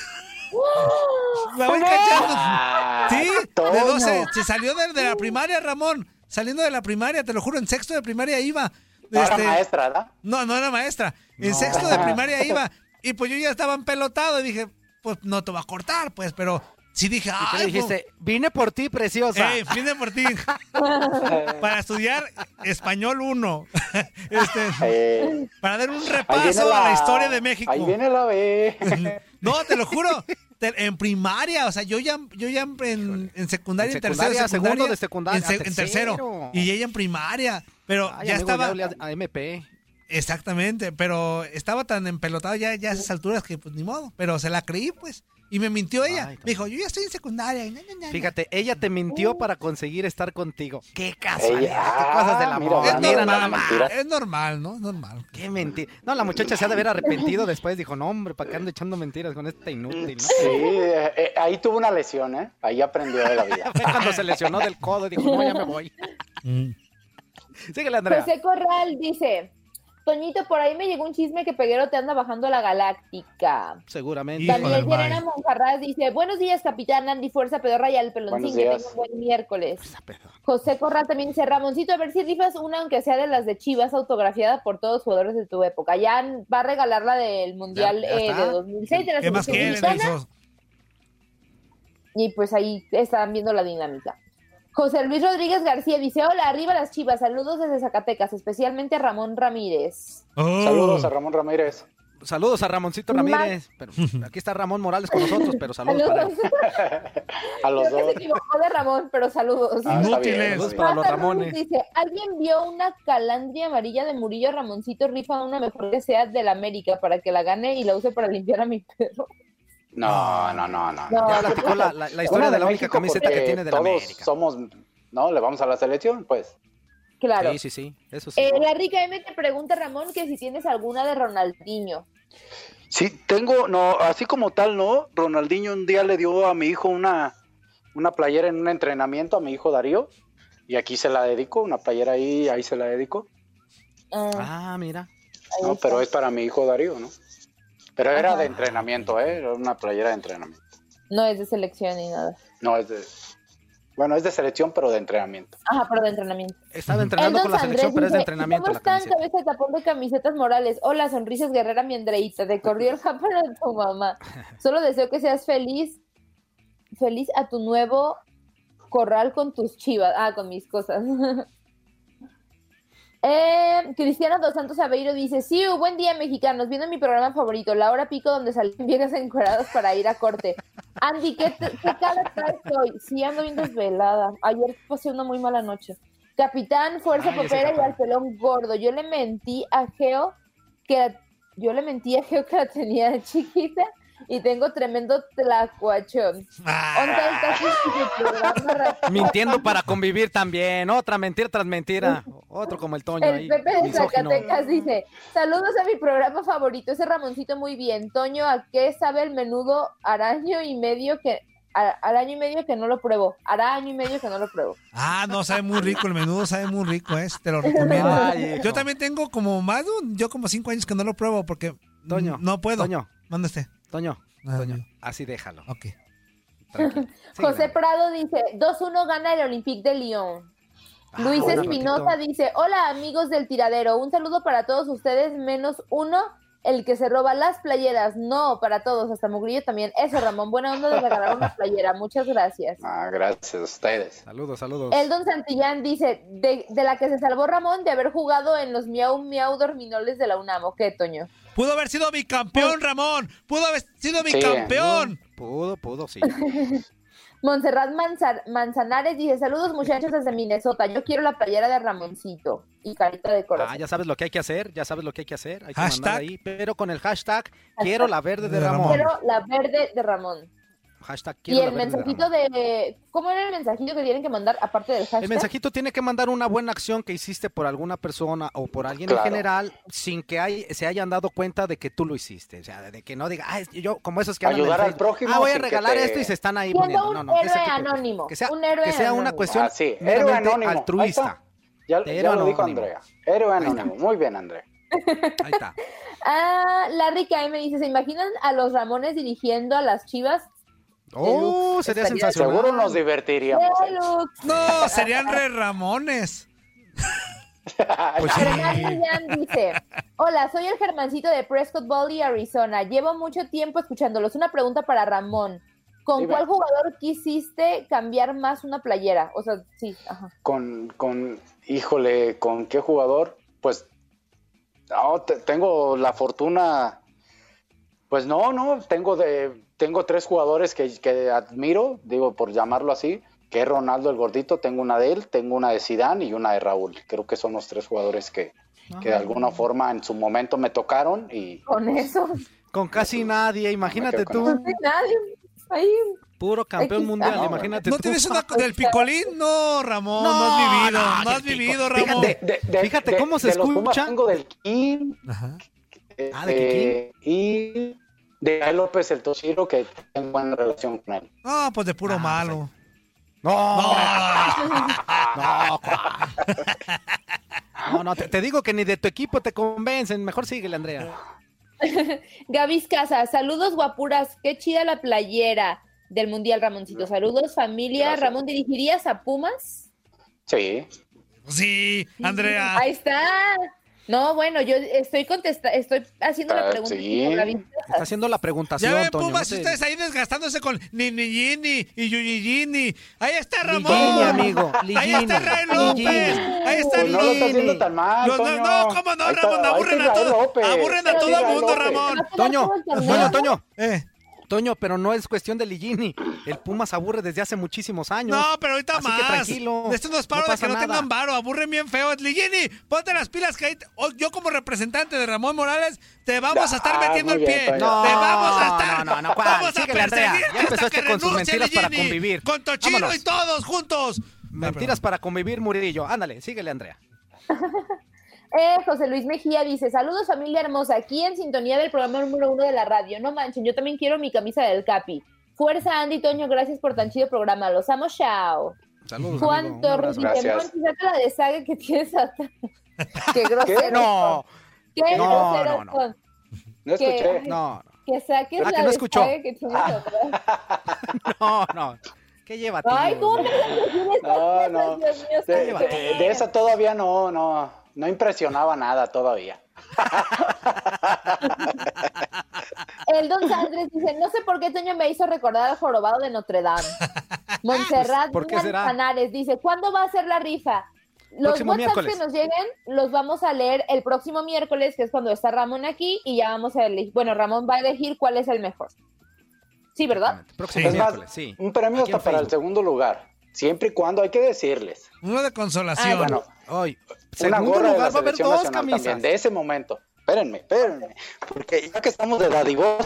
La voy cachando. Sí, de 12. Se salió de la primaria, Ramón. Saliendo de la primaria, te lo juro, en sexto de primaria iba. No era maestra, ¿verdad? No era maestra. En sexto de primaria iba. Y pues yo ya estaba empelotado y dije, pues no te va a cortar, pues, pero sí dije, ¿y qué dijiste? Vine por ti, preciosa. Vine por ti. Para estudiar español 1. Para dar un repaso a la historia de México. Ahí viene la B. No, te lo juro. En primaria, o sea, yo ya en secundaria, en tercero, segundo de secundaria, en tercero. Y ella en primaria. Pero ya estaba. A MP. Exactamente, pero estaba tan empelotado ya a esas alturas que pues ni modo. Pero se la creí, pues. Y me mintió ella. Me dijo, yo ya estoy en secundaria. Fíjate, ella te mintió para conseguir estar contigo. Qué casualidad, qué cosas del amor. Es normal, ¿no? Es normal. Qué mentira. No, la muchacha se ha de haber arrepentido después. Dijo, no, hombre, ¿para qué ando echando mentiras con esta inútil? ¿No? Sí, ahí tuvo una lesión, ¿eh? Ahí aprendió de la vida. Fue cuando se lesionó del codo y dijo, no, ya me voy. Síguele, Andrea. José Corral dice... Toñito, por ahí me llegó un chisme que Peguero te anda bajando a la galáctica. Seguramente. Daniel Llerena Monjarraz dice, buenos días, capitán Andy, fuerza pedorra y al peloncín, que tenga un buen miércoles. José Corral también dice, Ramoncito, a ver si rifas una, aunque sea de las de Chivas, autografiada por todos los jugadores de tu época. Ya va a regalar la del Mundial de 2006 de la selección mexicana. Y pues ahí están viendo la dinámica. José Luis Rodríguez García dice, hola, arriba las Chivas, saludos desde Zacatecas, especialmente a Ramón Ramírez. Saludos a Ramón Ramírez. Saludos a Ramoncito Ramírez. Pero aquí está Ramón Morales con nosotros, pero saludos para él. A los dos. Se equivocó de Ramón, pero saludos. Saludos para los Ramones. Dice, ¿alguien vio una calandria amarilla de Murillo? Ramoncito rifa una mejor que sea del América para que la gane y la use para limpiar a mi perro. No. Ya platicó la historia de la única camiseta que tiene de la América. Somos, ¿no? Le vamos a la selección, pues. Claro. Sí, eso sí. La Rica M te pregunta, Ramón, que si tienes alguna de Ronaldinho. Sí, tengo, no, así como tal, ¿no? Ronaldinho un día le dio a mi hijo una playera en un entrenamiento a mi hijo Darío, y aquí se la dedico, una playera ahí se la dedico. Mira. No, pero es para mi hijo Darío, ¿no? Pero era de entrenamiento, era una playera de entrenamiento. No es de selección ni nada. No, es de selección, pero de entrenamiento. Ajá, pero de entrenamiento. Estaba entrenando con la selección, pero es de entrenamiento. ¿Cómo están, cabeza de tapón de camisetas Morales? Hola, sonrisas guerrera, mi Andreita. Te corrió el jáparo de tu mamá. Solo deseo que seas feliz a tu nuevo corral con tus chivas. Con mis cosas. Cristiano Dos Santos Aveiro dice, sí, buen día, mexicanos, viendo mi programa favorito, La Hora Pico, donde salen viejas encueradas para ir a corte. Andy, ¿qué cara traes hoy? Sí, ando bien desvelada. Ayer pasé una muy mala noche. Capitán, fuerza popera y al pelón gordo. Yo le mentí a Geo que la tenía de chiquita y tengo tremendo tlacuachón. Mintiendo para convivir también. Otra mentira tras mentira. Otro como el Toño. El Pepe de Zacatecas dice, saludos a mi programa favorito. Ese Ramoncito muy bien. Toño, ¿a qué sabe el menudo? Hará año y medio que no lo pruebo. No, sabe muy rico. El menudo sabe muy rico, te lo recomiendo. Yo también tengo como 5 años que no lo pruebo porque Toño, no puedo. Toño. ¿Dónde esté? Toño, así déjalo. Ok. José Prado dice, 2-1 gana el Olympique de Lyon. Luis Espinosa dice, hola amigos del tiradero, un saludo para todos ustedes, menos uno, el que se roba las playeras. No, para todos, hasta Mugrillo también. Eso, Ramón, buena onda de regalar una playera, muchas gracias. Gracias a ustedes. Saludos. El Don Santillán dice, de la que se salvó Ramón de haber jugado en los Miau Miau Dorminoles de la UNAM. ¿O qué, Toño? Pudo haber sido bicampeón, Ramón. Pudo haber sido bicampeón. Pudo, sí. Montserrat Manzanares dice, saludos muchachos desde Minnesota, yo quiero la playera de Ramoncito y carita de corazón. Ya sabes lo que hay que hacer, hay que mandar ahí, pero con el hashtag quiero la verde de Ramón. Quiero la verde de Ramón. Hashtag y el mensajito de ¿cómo era el mensajito que tienen que mandar aparte del hashtag? El mensajito tiene que mandar una buena acción que hiciste por alguna persona o por alguien en general sin que se hayan dado cuenta de que tú lo hiciste, o sea, de que no diga, yo como esos que ayudar al prójimo, voy a regalar esto y se están ahí poniendo, un héroe anónimo, que sea anónimo. Una cuestión héroe anónimo, altruista. Ya lo dijo Andrea, héroe anónimo, muy bien Andrea. Ahí está. Larry K. me dice, ¿se imaginan a los Ramones dirigiendo a las Chivas? Sería sensacional. Seguro nos divertiríamos. No, serían re Ramones. Pues Germán dice, hola, soy el Germancito de Prescott Valley, Arizona. Llevo mucho tiempo escuchándolos. Una pregunta para Ramón. ¿Con cuál jugador quisiste cambiar más una playera? O sea, sí, ajá. Híjole, ¿con qué jugador? Pues, tengo la fortuna. Pues tengo 3 jugadores que admiro, digo, por llamarlo así, que es Ronaldo el Gordito, tengo una de él, tengo una de Zidane y una de Raúl. Creo que son los 3 jugadores que de alguna forma en su momento me tocaron. Y con eso. Con casi nadie, imagínate tú. Con casi nadie. Ahí. Puro campeón mundial, imagínate tú. ¿No tienes una del Picolín? No, Ramón, no has vivido, Ramón. Fíjate cómo se escucha. Tengo del King. Ajá. ¿De King? Y de Gael López el Toshiro, que tengo buena relación con él. No, pues de puro malo. No, te digo que ni de tu equipo te convencen. Mejor síguele, Andrea. Gavis Casa, saludos guapuras. Qué chida la playera del Mundial, Ramoncito. Saludos, familia. Gracias. Ramón, ¿dirigirías a Pumas? Sí. Sí, Andrea. Ahí está. No, bueno, yo estoy haciendo la pregunta. Sí. Está haciendo la preguntación, ya ven, Toño. Pumas, ustedes ahí desgastándose con Ninigini y Yuyigini. Ahí está Ramón. Ligini, amigo. Ahí está Ray López. Ahí está pues no lo está haciendo tan mal, No, ¿cómo no, Ramón? Aburren a todo el mundo, Ramón. Toño, pero no es cuestión de Ligini. El Pumas aburre desde hace muchísimos años. No, pero ahorita así más. Que tranquilo. Esto no es paro de que no tengan varo. Aburren bien feo. Ligini, ponte las pilas que yo como representante de Ramón Morales te vamos a estar metiendo el pie. No, te vamos a estar. No. Vamos a perseguir. Ya empezó con sus mentiras para convivir. Con Tochino Vámonos. Y todos juntos. Mentiras para convivir, Murillo. Ándale, síguele, Andrea. José Luis Mejía dice, saludos familia hermosa, aquí en sintonía del programa número 1 de la radio. No manchen, yo también quiero mi camisa del Capi. Fuerza, Andy y Toño, gracias por tan chido programa. Los amo, chao. Saludos, Juan Torres dice, saca la de saga que tienes hasta... Qué grosero. ¿Qué? No. Qué grosero son. No escuché. No. Que saques la que no escuchó. de saga que tienes atrás. No. ¿Qué lleva, tío? Ay, ¿cómo No. De esa todavía no impresionaba nada todavía. El Don Sandres dice, no sé por qué Toño me hizo recordar al jorobado de Notre Dame. Montserrat Manzanares dice, ¿cuándo va a ser la rifa? Los WhatsApp que nos lleguen los vamos a leer el próximo miércoles, que es cuando está Ramón aquí, y ya vamos a elegir, bueno, Ramón va a elegir cuál es el mejor. Sí, ¿verdad? Próximo miércoles, sí. Un premio hasta para el segundo lugar, siempre y cuando hay que decirles. Uno de consolación. Bueno, hoy una gorra de la selección nacional también, de ese momento. Espérenme, porque ya que estamos de dadivos.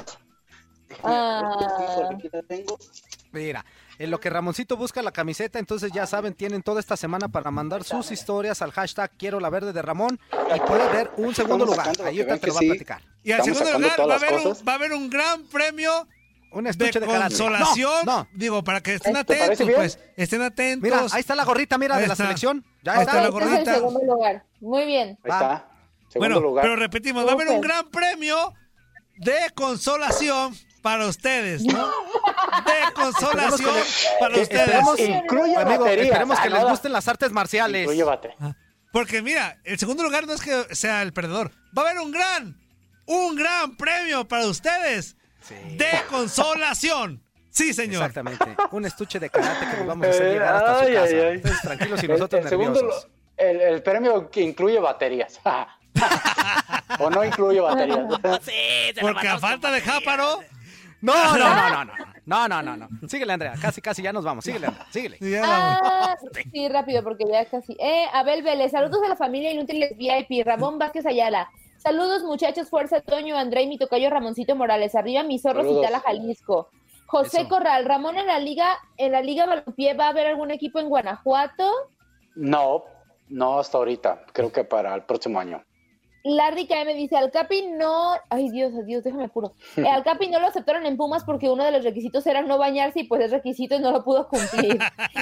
Mira, en lo que Ramoncito busca la camiseta, entonces ya saben, tienen toda esta semana para mandar sus historias al hashtag Quiero la Verde de Ramón y puede ver un segundo lugar. Ahí ahorita te lo va a platicar. Y al segundo lugar va a haber un gran premio un estuche de consolación. No. Digo, para que estén atentos, pues. Estén atentos. Mira, ahí está la gorrita, mira, de la selección. Ya está la gorrita. Es el segundo lugar. Muy bien. Ahí está. Bueno, pero repetimos, va a haber un gran premio de consolación para ustedes, ¿no? De consolación para ustedes. Esperemos que les gusten las artes marciales. Incluye batería. Porque mira, el segundo lugar no es que sea el perdedor. Va a haber un gran premio para ustedes de consolación. Sí, señor. Exactamente. Un estuche de karate que nos vamos a hacer llegar hasta su casa. Entonces, tranquilos y nosotros nerviosos. El premio que incluye baterías. ¿O no incluye baterías? Sí, porque a falta de jáparo. No. No. Síguele, Andrea. Casi ya nos vamos. Síguele, Andrea. Síguele. Sí, rápido, porque ya casi. Abel Vélez, saludos a la familia Inútiles VIP. Ramón Vázquez Ayala. Saludos, muchachos. Fuerza, Toño, André y mi tocayo Ramoncito Morales. Arriba, mis zorros y Tala, Jalisco. José Corral, Ramón, en la Liga Balompié, ¿va a haber algún equipo en Guanajuato? No, hasta ahorita. Creo que para el próximo año. Larry KM dice, al Capi no... Ay, Dios, déjame apuro. Al Capi no lo aceptaron en Pumas porque uno de los requisitos era no bañarse y pues es requisito y no lo pudo cumplir.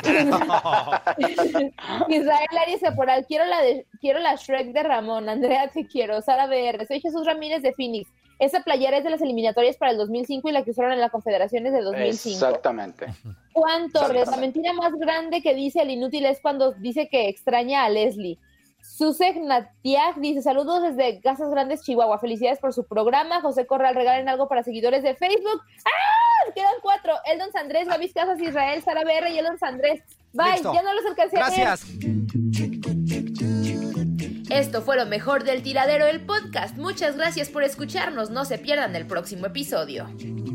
Israel Arias Caporal, quiero la Shrek de Ramón. Andrea, te quiero. Sara BR, soy Jesús Ramírez de Phoenix. Esa playera es de las eliminatorias para el 2005 y la que usaron en las confederaciones de 2005. Exactamente. Juan Torres, la mentira más grande que dice el inútil es cuando dice que extraña a Leslie. Susek Natiag dice, saludos desde Casas Grandes, Chihuahua. Felicidades por su programa. José Corral, regalen algo para seguidores de Facebook. ¡Ah! Quedan 4. Eldon Sandrés, Babis Casas, Israel, Sara BR y Eldon Sandrés. Bye, listo. Ya no los alcancé a ver. Gracias. Esto fue lo mejor del Tiradero, el podcast. Muchas gracias por escucharnos. No se pierdan el próximo episodio.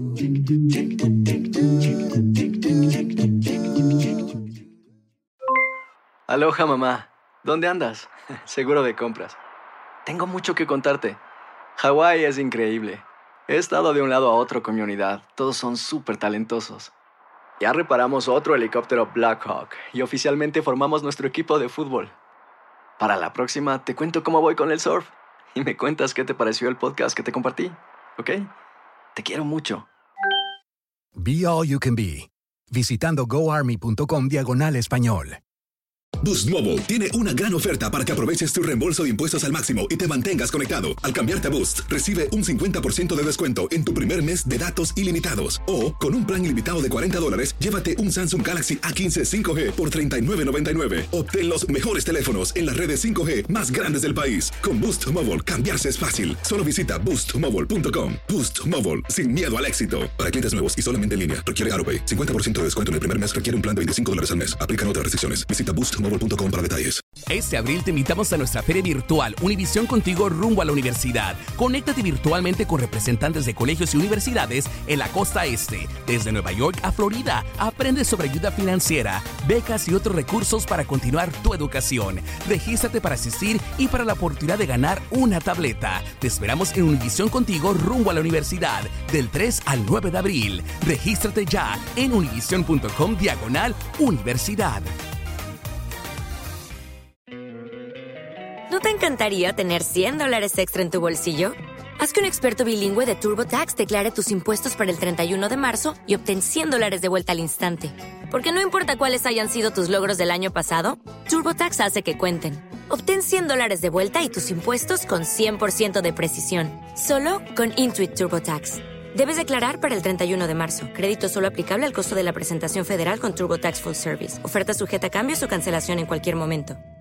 Aloha, mamá. ¿Dónde andas? Seguro de compras. Tengo mucho que contarte. Hawái es increíble. He estado de un lado a otro con mi unidad. Todos son súper talentosos. Ya reparamos otro helicóptero Blackhawk y oficialmente formamos nuestro equipo de fútbol. Para la próxima te cuento cómo voy con el surf y me cuentas qué te pareció el podcast que te compartí, ¿ok? Te quiero mucho. Be All You Can Be. Visitando goarmy.com/español. Boost Mobile tiene una gran oferta para que aproveches tu reembolso de impuestos al máximo y te mantengas conectado. Al cambiarte a Boost, recibe un 50% de descuento en tu primer mes de datos ilimitados. O, con un plan ilimitado de $40, llévate un Samsung Galaxy A15 5G por $39.99. Obtén los mejores teléfonos en las redes 5G más grandes del país. Con Boost Mobile, cambiarse es fácil. Solo visita boostmobile.com. Boost Mobile, sin miedo al éxito. Para clientes nuevos y solamente en línea, requiere AroPay. 50% de descuento en el primer mes requiere un plan de $25 al mes. Aplican otras restricciones. Visita boostmobile.com para detalles. Este abril te invitamos a nuestra feria virtual Univisión Contigo rumbo a la universidad. Conéctate virtualmente con representantes de colegios y universidades en la costa este. Desde Nueva York a Florida, aprende sobre ayuda financiera, becas y otros recursos para continuar tu educación. Regístrate para asistir y para la oportunidad de ganar una tableta. Te esperamos en Univisión Contigo rumbo a la universidad del 3 al 9 de abril. Regístrate ya en univision.com/universidad. ¿No te encantaría tener $100 extra en tu bolsillo? Haz que un experto bilingüe de TurboTax declare tus impuestos para el 31 de marzo y obtén $100 de vuelta al instante. Porque no importa cuáles hayan sido tus logros del año pasado, TurboTax hace que cuenten. Obtén $100 de vuelta y tus impuestos con 100% de precisión. Solo con Intuit TurboTax. Debes declarar para el 31 de marzo. Crédito solo aplicable al costo de la presentación federal con TurboTax Full Service. Oferta sujeta a cambios o cancelación en cualquier momento.